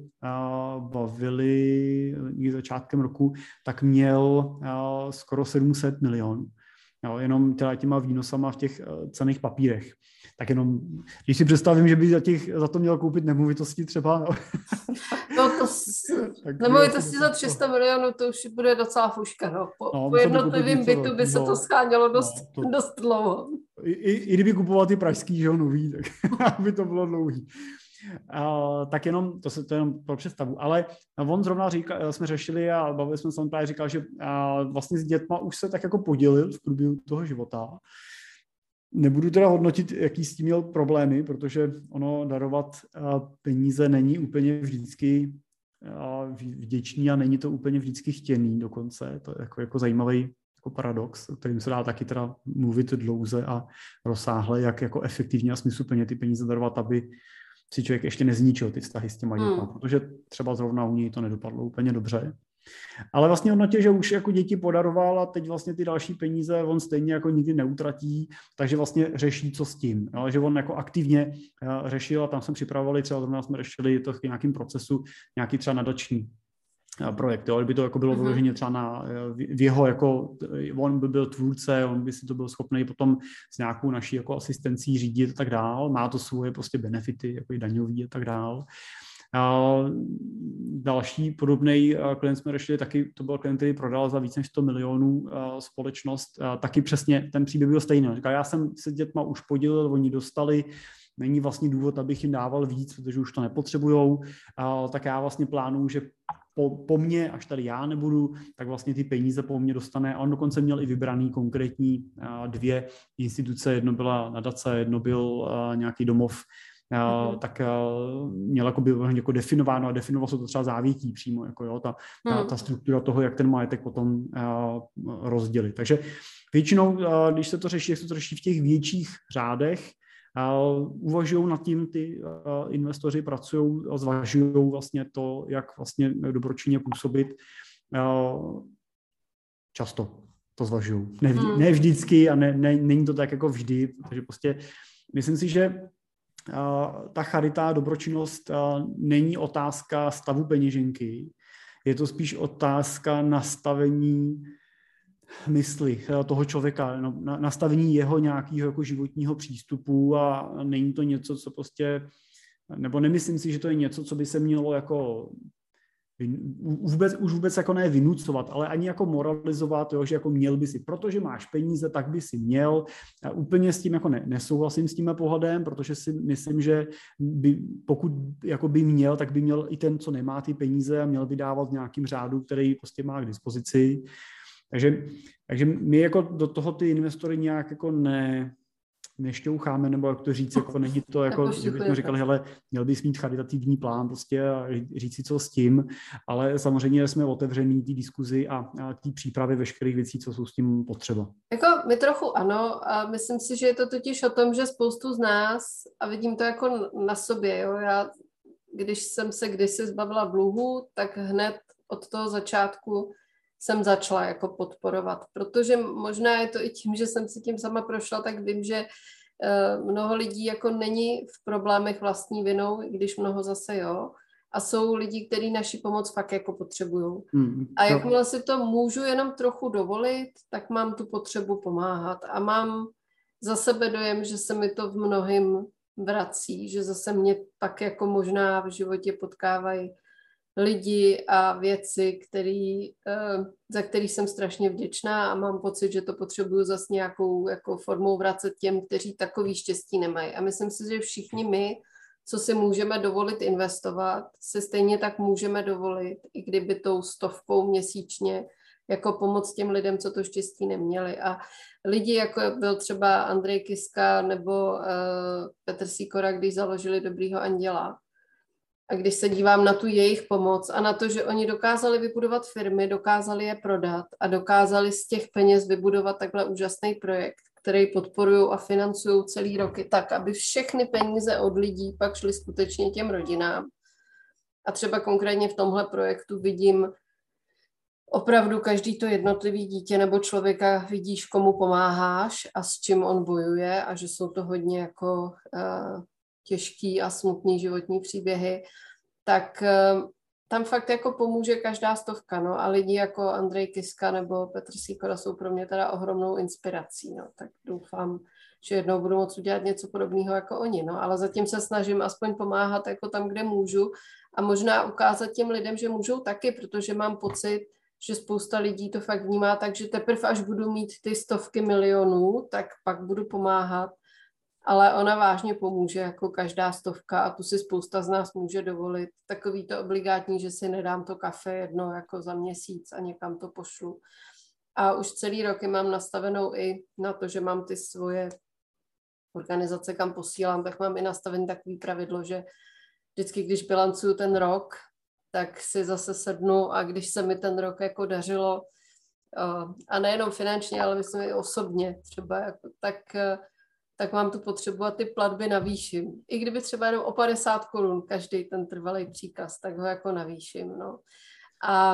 bavili někdy začátkem roku, tak měl skoro sedm set milionů. Jo, jenom teda těma výnosama v těch cenných papírech. Tak jenom, když si představím, že by za, těch, za to měl koupit nemovitosti třeba. No, no to nemovitosti za tři sta milionů, to už bude docela fuška. No. Po, no, po jednotlivým bytu by se no, to schánělo dost, no, to, dost dlouho. I, i, I kdyby kupoval ty pražský, že ho nový, tak by to bylo dlouhý. Uh, tak jenom, to, se, to je jenom pro představu, ale on zrovna říkal, jsme řešili a bavili jsme se, on právě říkal, že uh, vlastně s dětma už se tak jako podělil v průběhu toho života. Nebudu teda hodnotit, jaký s tím měl problémy, protože ono darovat uh, peníze není úplně vždycky uh, vděčný a není to úplně vždycky chtěný dokonce. To je jako, jako zajímavý jako paradox, o kterým se dá taky teda mluvit dlouze a rozsáhle, jak jako efektivně a smysluplně ty peníze darovat, aby si člověk ještě nezničil ty vztahy s těma dětma, hmm. protože třeba zrovna u něj to nedopadlo úplně dobře. Ale vlastně hodnotě, že už jako děti podaroval a teď vlastně ty další peníze on stejně jako nikdy neutratí, takže vlastně řeší, co s tím. Ale že on jako aktivně řešil a tam jsme připravovali, třeba zrovna jsme řešili to v nějakém procesu, nějaký třeba nadační projekt, jo, kdyby to jako bylo vyloženě třeba na, v jeho, jako, on by byl tvůrce, on by si to byl schopný potom s nějakou naší jako asistencí řídit a tak dál, má to svoje prostě benefity, jako i daňový a tak dál. Další podobný klient jsme řešili, taky to byl klient, který prodal za víc než sto milionů společnost. Taky přesně ten příběh byl stejný. Říkal, já jsem se dětma už podělil, oni dostali, není vlastně důvod, abych jim dával víc, protože už to nepotřebujou, tak já vlastně plánuju, že po, po mně, až tady já nebudu, tak vlastně ty peníze po mně dostane. A on dokonce měl i vybraný konkrétní dvě instituce, jedno byla nadace, jedno byl nějaký domov, Uh, tak uh, měl jako by jako definováno a definoval se to třeba závětí přímo, jako jo, ta, ta, ta struktura toho, jak ten majetek potom uh, rozdělit. Takže většinou, uh, když se to řeší, jak se to řeší v těch větších řádech, uh, uvažují nad tím ty uh, investoři, pracují a zvažují vlastně to, jak vlastně dobročinně působit. Uh, často to zvažují. Ne, vždy, ne vždycky a ne, ne, není to tak jako vždy, takže prostě myslím si, že Uh, ta charita, dobročinnost uh, není otázka stavu peněženky, je to spíš otázka nastavení mysli uh, toho člověka, no, na, nastavení jeho nějakého jako životního přístupu a není to něco, co prostě, nebo nemyslím si, že to je něco, co by se mělo jako vůbec, už vůbec jako ne vynucovat, ale ani jako moralizovat, jo, že jako měl by si, protože máš peníze, tak by si měl. Já úplně s tím jako ne, nesouhlasím s tím pohledem, protože si myslím, že by, pokud jako by měl, tak by měl i ten, co nemá ty peníze a měl by dávat v nějakým řádu, který prostě má k dispozici. Takže, takže my jako do toho ty investory nějak jako ne, nešťoucháme, nebo jak to říct, jako není to jako, že bychom říkali, hele, měl bys mít charitativní plán prostě a říct si, co s tím, ale samozřejmě jsme otevření té diskuzi a, a té přípravy veškerých věcí, co jsou s tím potřeba. Jako my trochu ano a myslím si, že je to totiž o tom, že spoustu z nás, a vidím to jako na sobě, jo, já, když jsem se kdysi zbavila dluhu, tak hned od toho začátku jsem začala jako podporovat, protože možná je to i tím, že jsem si tím sama prošla, tak vím, že uh, mnoho lidí jako není v problémech vlastní vinou, i když mnoho zase jo, a jsou lidi, kteří naši pomoc fakt jako potřebují. Mm, a jakmile si to můžu jenom trochu dovolit, tak mám tu potřebu pomáhat a mám za sebe dojem, že se mi to v mnohým vrací, že zase mě tak jako možná v životě potkávají lidi a věci, který, za který jsem strašně vděčná a mám pocit, že to potřebuju zase nějakou jako formou vracet těm, kteří takový štěstí nemají. A myslím si, že všichni my, co si můžeme dovolit investovat, se stejně tak můžeme dovolit, i kdyby tou stovkou měsíčně jako pomoct těm lidem, co to štěstí neměli. A lidi, jako byl třeba Andrej Kiska nebo uh, Petr Sýkora, když založili Dobrýho anděla, a když se dívám na tu jejich pomoc a na to, že oni dokázali vybudovat firmy, dokázali je prodat a dokázali z těch peněz vybudovat takhle úžasný projekt, který podporují a financují celý roky tak, aby všechny peníze od lidí pak šly skutečně těm rodinám. A třeba konkrétně v tomhle projektu vidím opravdu každý to jednotlivý dítě nebo člověka, vidíš, komu pomáháš a s čím on bojuje a že jsou to hodně jako uh, těžký a smutný životní příběhy, tak uh, tam fakt jako pomůže každá stovka, no a lidi jako Andrej Kiska nebo Petr Sýkora jsou pro mě teda ohromnou inspirací, no, tak doufám, že jednou budu moct udělat něco podobného jako oni, no, ale zatím se snažím aspoň pomáhat jako tam, kde můžu a možná ukázat těm lidem, že můžou taky, protože mám pocit, že spousta lidí to fakt vnímá tak, že teprve až budu mít ty stovky milionů, tak pak budu pomáhat, ale ona vážně pomůže jako každá stovka a tu si spousta z nás může dovolit. Takový to obligátní, že si nedám to kafe jedno jako za měsíc a někam to pošlu. A už celý roky mám nastavenou i na to, že mám ty svoje organizace, kam posílám, tak mám i nastavený takový pravidlo, že vždycky, když bilancuju ten rok, tak si zase sednu a když se mi ten rok jako dařilo, a nejenom finančně, ale myslím i osobně třeba, jako, tak, tak mám tu potřebu a ty platby navýším. I kdyby třeba jenom o padesát korun každý ten trvalý příkaz, tak ho jako navýším. No. A,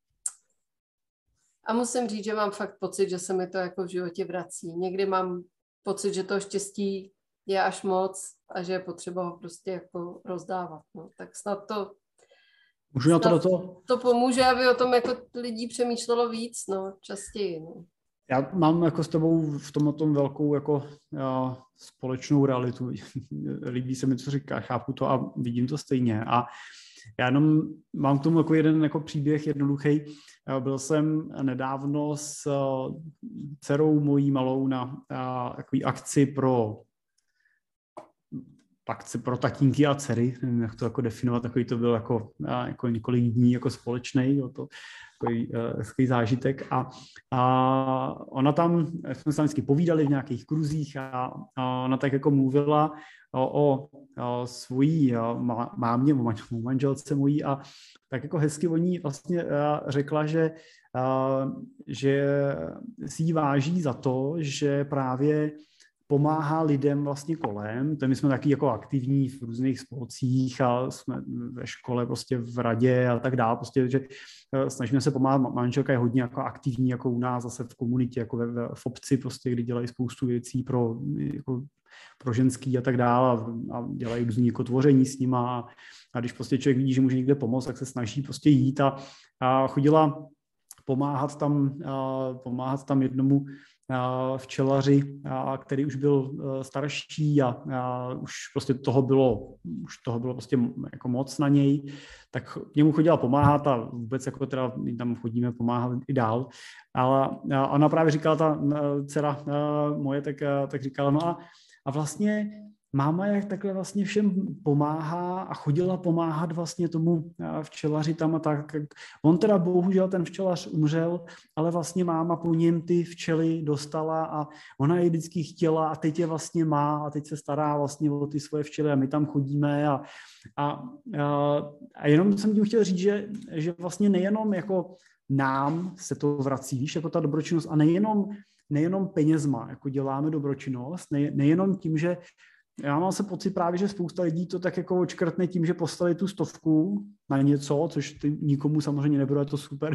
a musím říct, že mám fakt pocit, že se mi to jako v životě vrací. Někdy mám pocit, že toho štěstí je až moc a že je potřeba ho prostě jako rozdávat. No. Tak snad to Můžu na to do toho? To pomůže, aby o tom jako lidí přemýšlelo víc, no, častěji. No. Já mám jako s tebou v tomhle tom velkou jako já, společnou realitu. Líbí se mi, co říkáš, chápu to a vidím to stejně. A já jenom mám k tomu jako jeden jako příběh jednoduchý. Byl jsem nedávno s dcerou mojí malou na takový akci pro akci pro tatínky a dcery, nevím, jak to jako definovat, takový to byl jako, jako několik dní jako společný, jo, to takový, uh, takový zážitek a, a ona tam, jsme se tam vždycky povídali v nějakých kruzích a, a ona tak jako mluvila o, o, o svojí mámě, o manželce mojí a tak jako hezky o ní vlastně uh, řekla, že, uh, že si jí váží za to, že právě pomáhá lidem vlastně kolem. To my jsme taky jako aktivní v různých spolcích a jsme ve škole prostě v radě a tak dále. Prostě, že snažíme se pomáhat. Manželka je hodně jako aktivní jako u nás zase v komunitě, jako ve, ve, v obci prostě, kdy dělají spoustu věcí pro, jako, pro ženský a tak dále a, a dělají různý jako tvoření s nima a, a když prostě člověk vidí, že může někde pomoct, tak se snaží prostě jít a, a chodila pomáhat tam, a, pomáhat tam jednomu včelaři, který už byl starší a, a už prostě toho bylo, už toho bylo prostě jako moc na něj, tak němu chodila pomáhat a vůbec jako teda tam chodíme pomáhat i dál. Ale ona právě říkala, ta dcera moje, tak, tak říkala, no a, a vlastně máma jak takhle vlastně všem pomáhá a chodila pomáhat vlastně tomu včelaři tam a tak. On teda bohužel ten včelař umřel, ale vlastně máma po něm ty včely dostala a ona je vždycky chtěla a teď je vlastně má a teď se stará vlastně o ty svoje včely a my tam chodíme a, a, a jenom jsem tím chtěl říct, že, že vlastně nejenom jako nám se to vrací, víš, jako ta dobročinnost a nejenom, nejenom penězma, jako děláme dobročinnost, ne, nejenom tím, že já mám se pocit právě, že spousta lidí to tak jako očkrtne tím, že poslali tu stovku na něco, což ty nikomu samozřejmě nebude to super,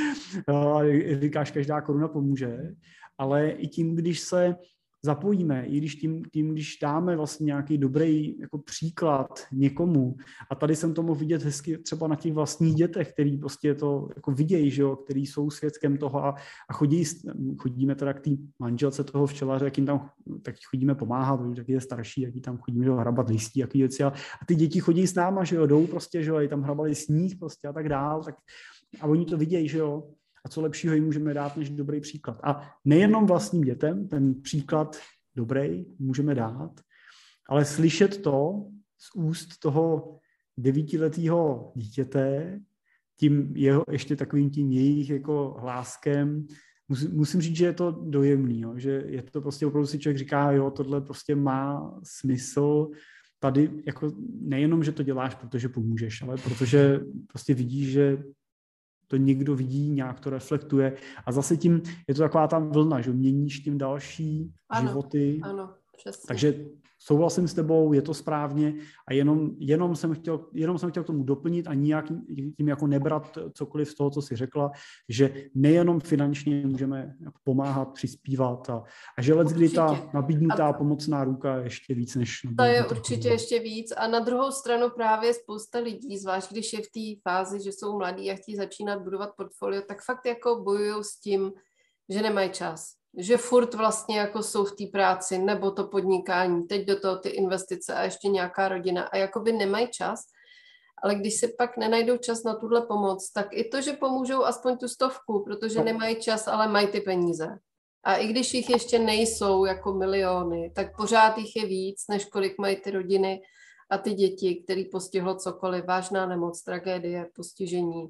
říkáš, každá koruna pomůže, ale i tím, když se zapojíme, i když tím, tím když dáme vlastně nějaký dobrý jako příklad někomu a tady jsem to mohl vidět hezky třeba na těch vlastních dětech, který prostě to jako vidějí, že jo, který jsou svědkem toho a, a chodí, chodíme teda k té manželce toho včelaře, jak jim tam tak chodíme pomáhat, jak je starší, jak tam chodíme, že jo, hrabat listí, jaký věci a, a ty děti chodí s náma, že jo, jdou prostě, že jo, tam hrabali sníh prostě a tak dál, tak a oni to vidějí, že jo. A co lepšího jim můžeme dát než dobrý příklad. A nejenom vlastním dětem, ten příklad dobrý můžeme dát, ale slyšet to z úst toho devítiletého dítěte, tím jeho ještě takovým tím jejich jako hláskem, musím, musím říct, že je to dojemný, jo? Že je to prostě opravdu si člověk říká, jo, tohle prostě má smysl, tady jako nejenom, že to děláš, protože pomůžeš, ale protože prostě vidíš, že to někdo vidí, nějak to reflektuje a zase tím je to taková ta vlna, že měníš tím další ano, životy. Ano, přesně. Takže souhlasím s tebou, je to správně a jenom, jenom, jsem chtěl, jenom jsem chtěl k tomu doplnit a nijak tím jako nebrat cokoliv z toho, co jsi řekla, že nejenom finančně můžeme pomáhat, přispívat a, a že leckdy ta nabídnutá a pomocná ruka je ještě víc než... To je určitě ještě víc a na druhou stranu právě spousta lidí, zvlášť když je v té fázi, že jsou mladí a chtějí začínat budovat portfolio, tak fakt jako bojují s tím, že nemají čas. Že furt vlastně jako jsou v té práci nebo to podnikání, teď do toho ty investice a ještě nějaká rodina a jakoby nemají čas, ale když si pak nenajdou čas na tuhle pomoc, tak i to, že pomůžou aspoň tu stovku, protože nemají čas, ale mají ty peníze. A i když jich ještě nejsou jako miliony, tak pořád jich je víc, než kolik mají ty rodiny a ty děti, který postihlo cokoliv, vážná nemoc, tragédie, postižení.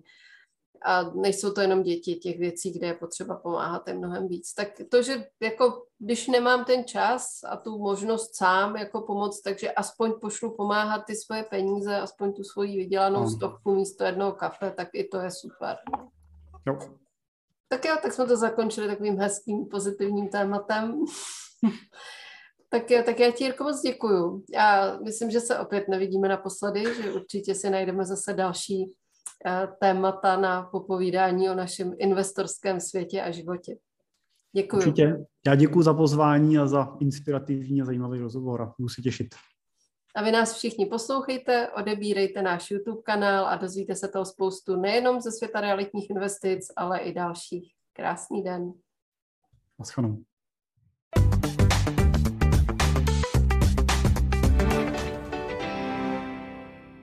A nejsou to jenom děti, těch věcí, kde je potřeba pomáhat, je mnohem víc. Tak to, že jako, když nemám ten čas a tu možnost sám jako pomoct, takže aspoň pošlu pomáhat ty svoje peníze, aspoň tu svoji vydělanou stovku místo jednoho kafe, tak i to je super. Jo. Tak jo, tak jsme to zakončili takovým hezkým, pozitivním tématem. Tak, jo, tak já ti, Jirko, moc děkuju. Já myslím, že se opět nevidíme naposledy, že určitě si najdeme zase další témata na popovídání o našem investorském světě a životě. Děkuji. Určitě. Já děkuji za pozvání a za inspirativní a zajímavý rozhovor a budu se těšit. A vy nás všichni poslouchejte, odebírejte náš YouTube kanál a dozvíte se toho spoustu nejenom ze světa realitních investic, ale i dalších. Krásný den. Naschledanou.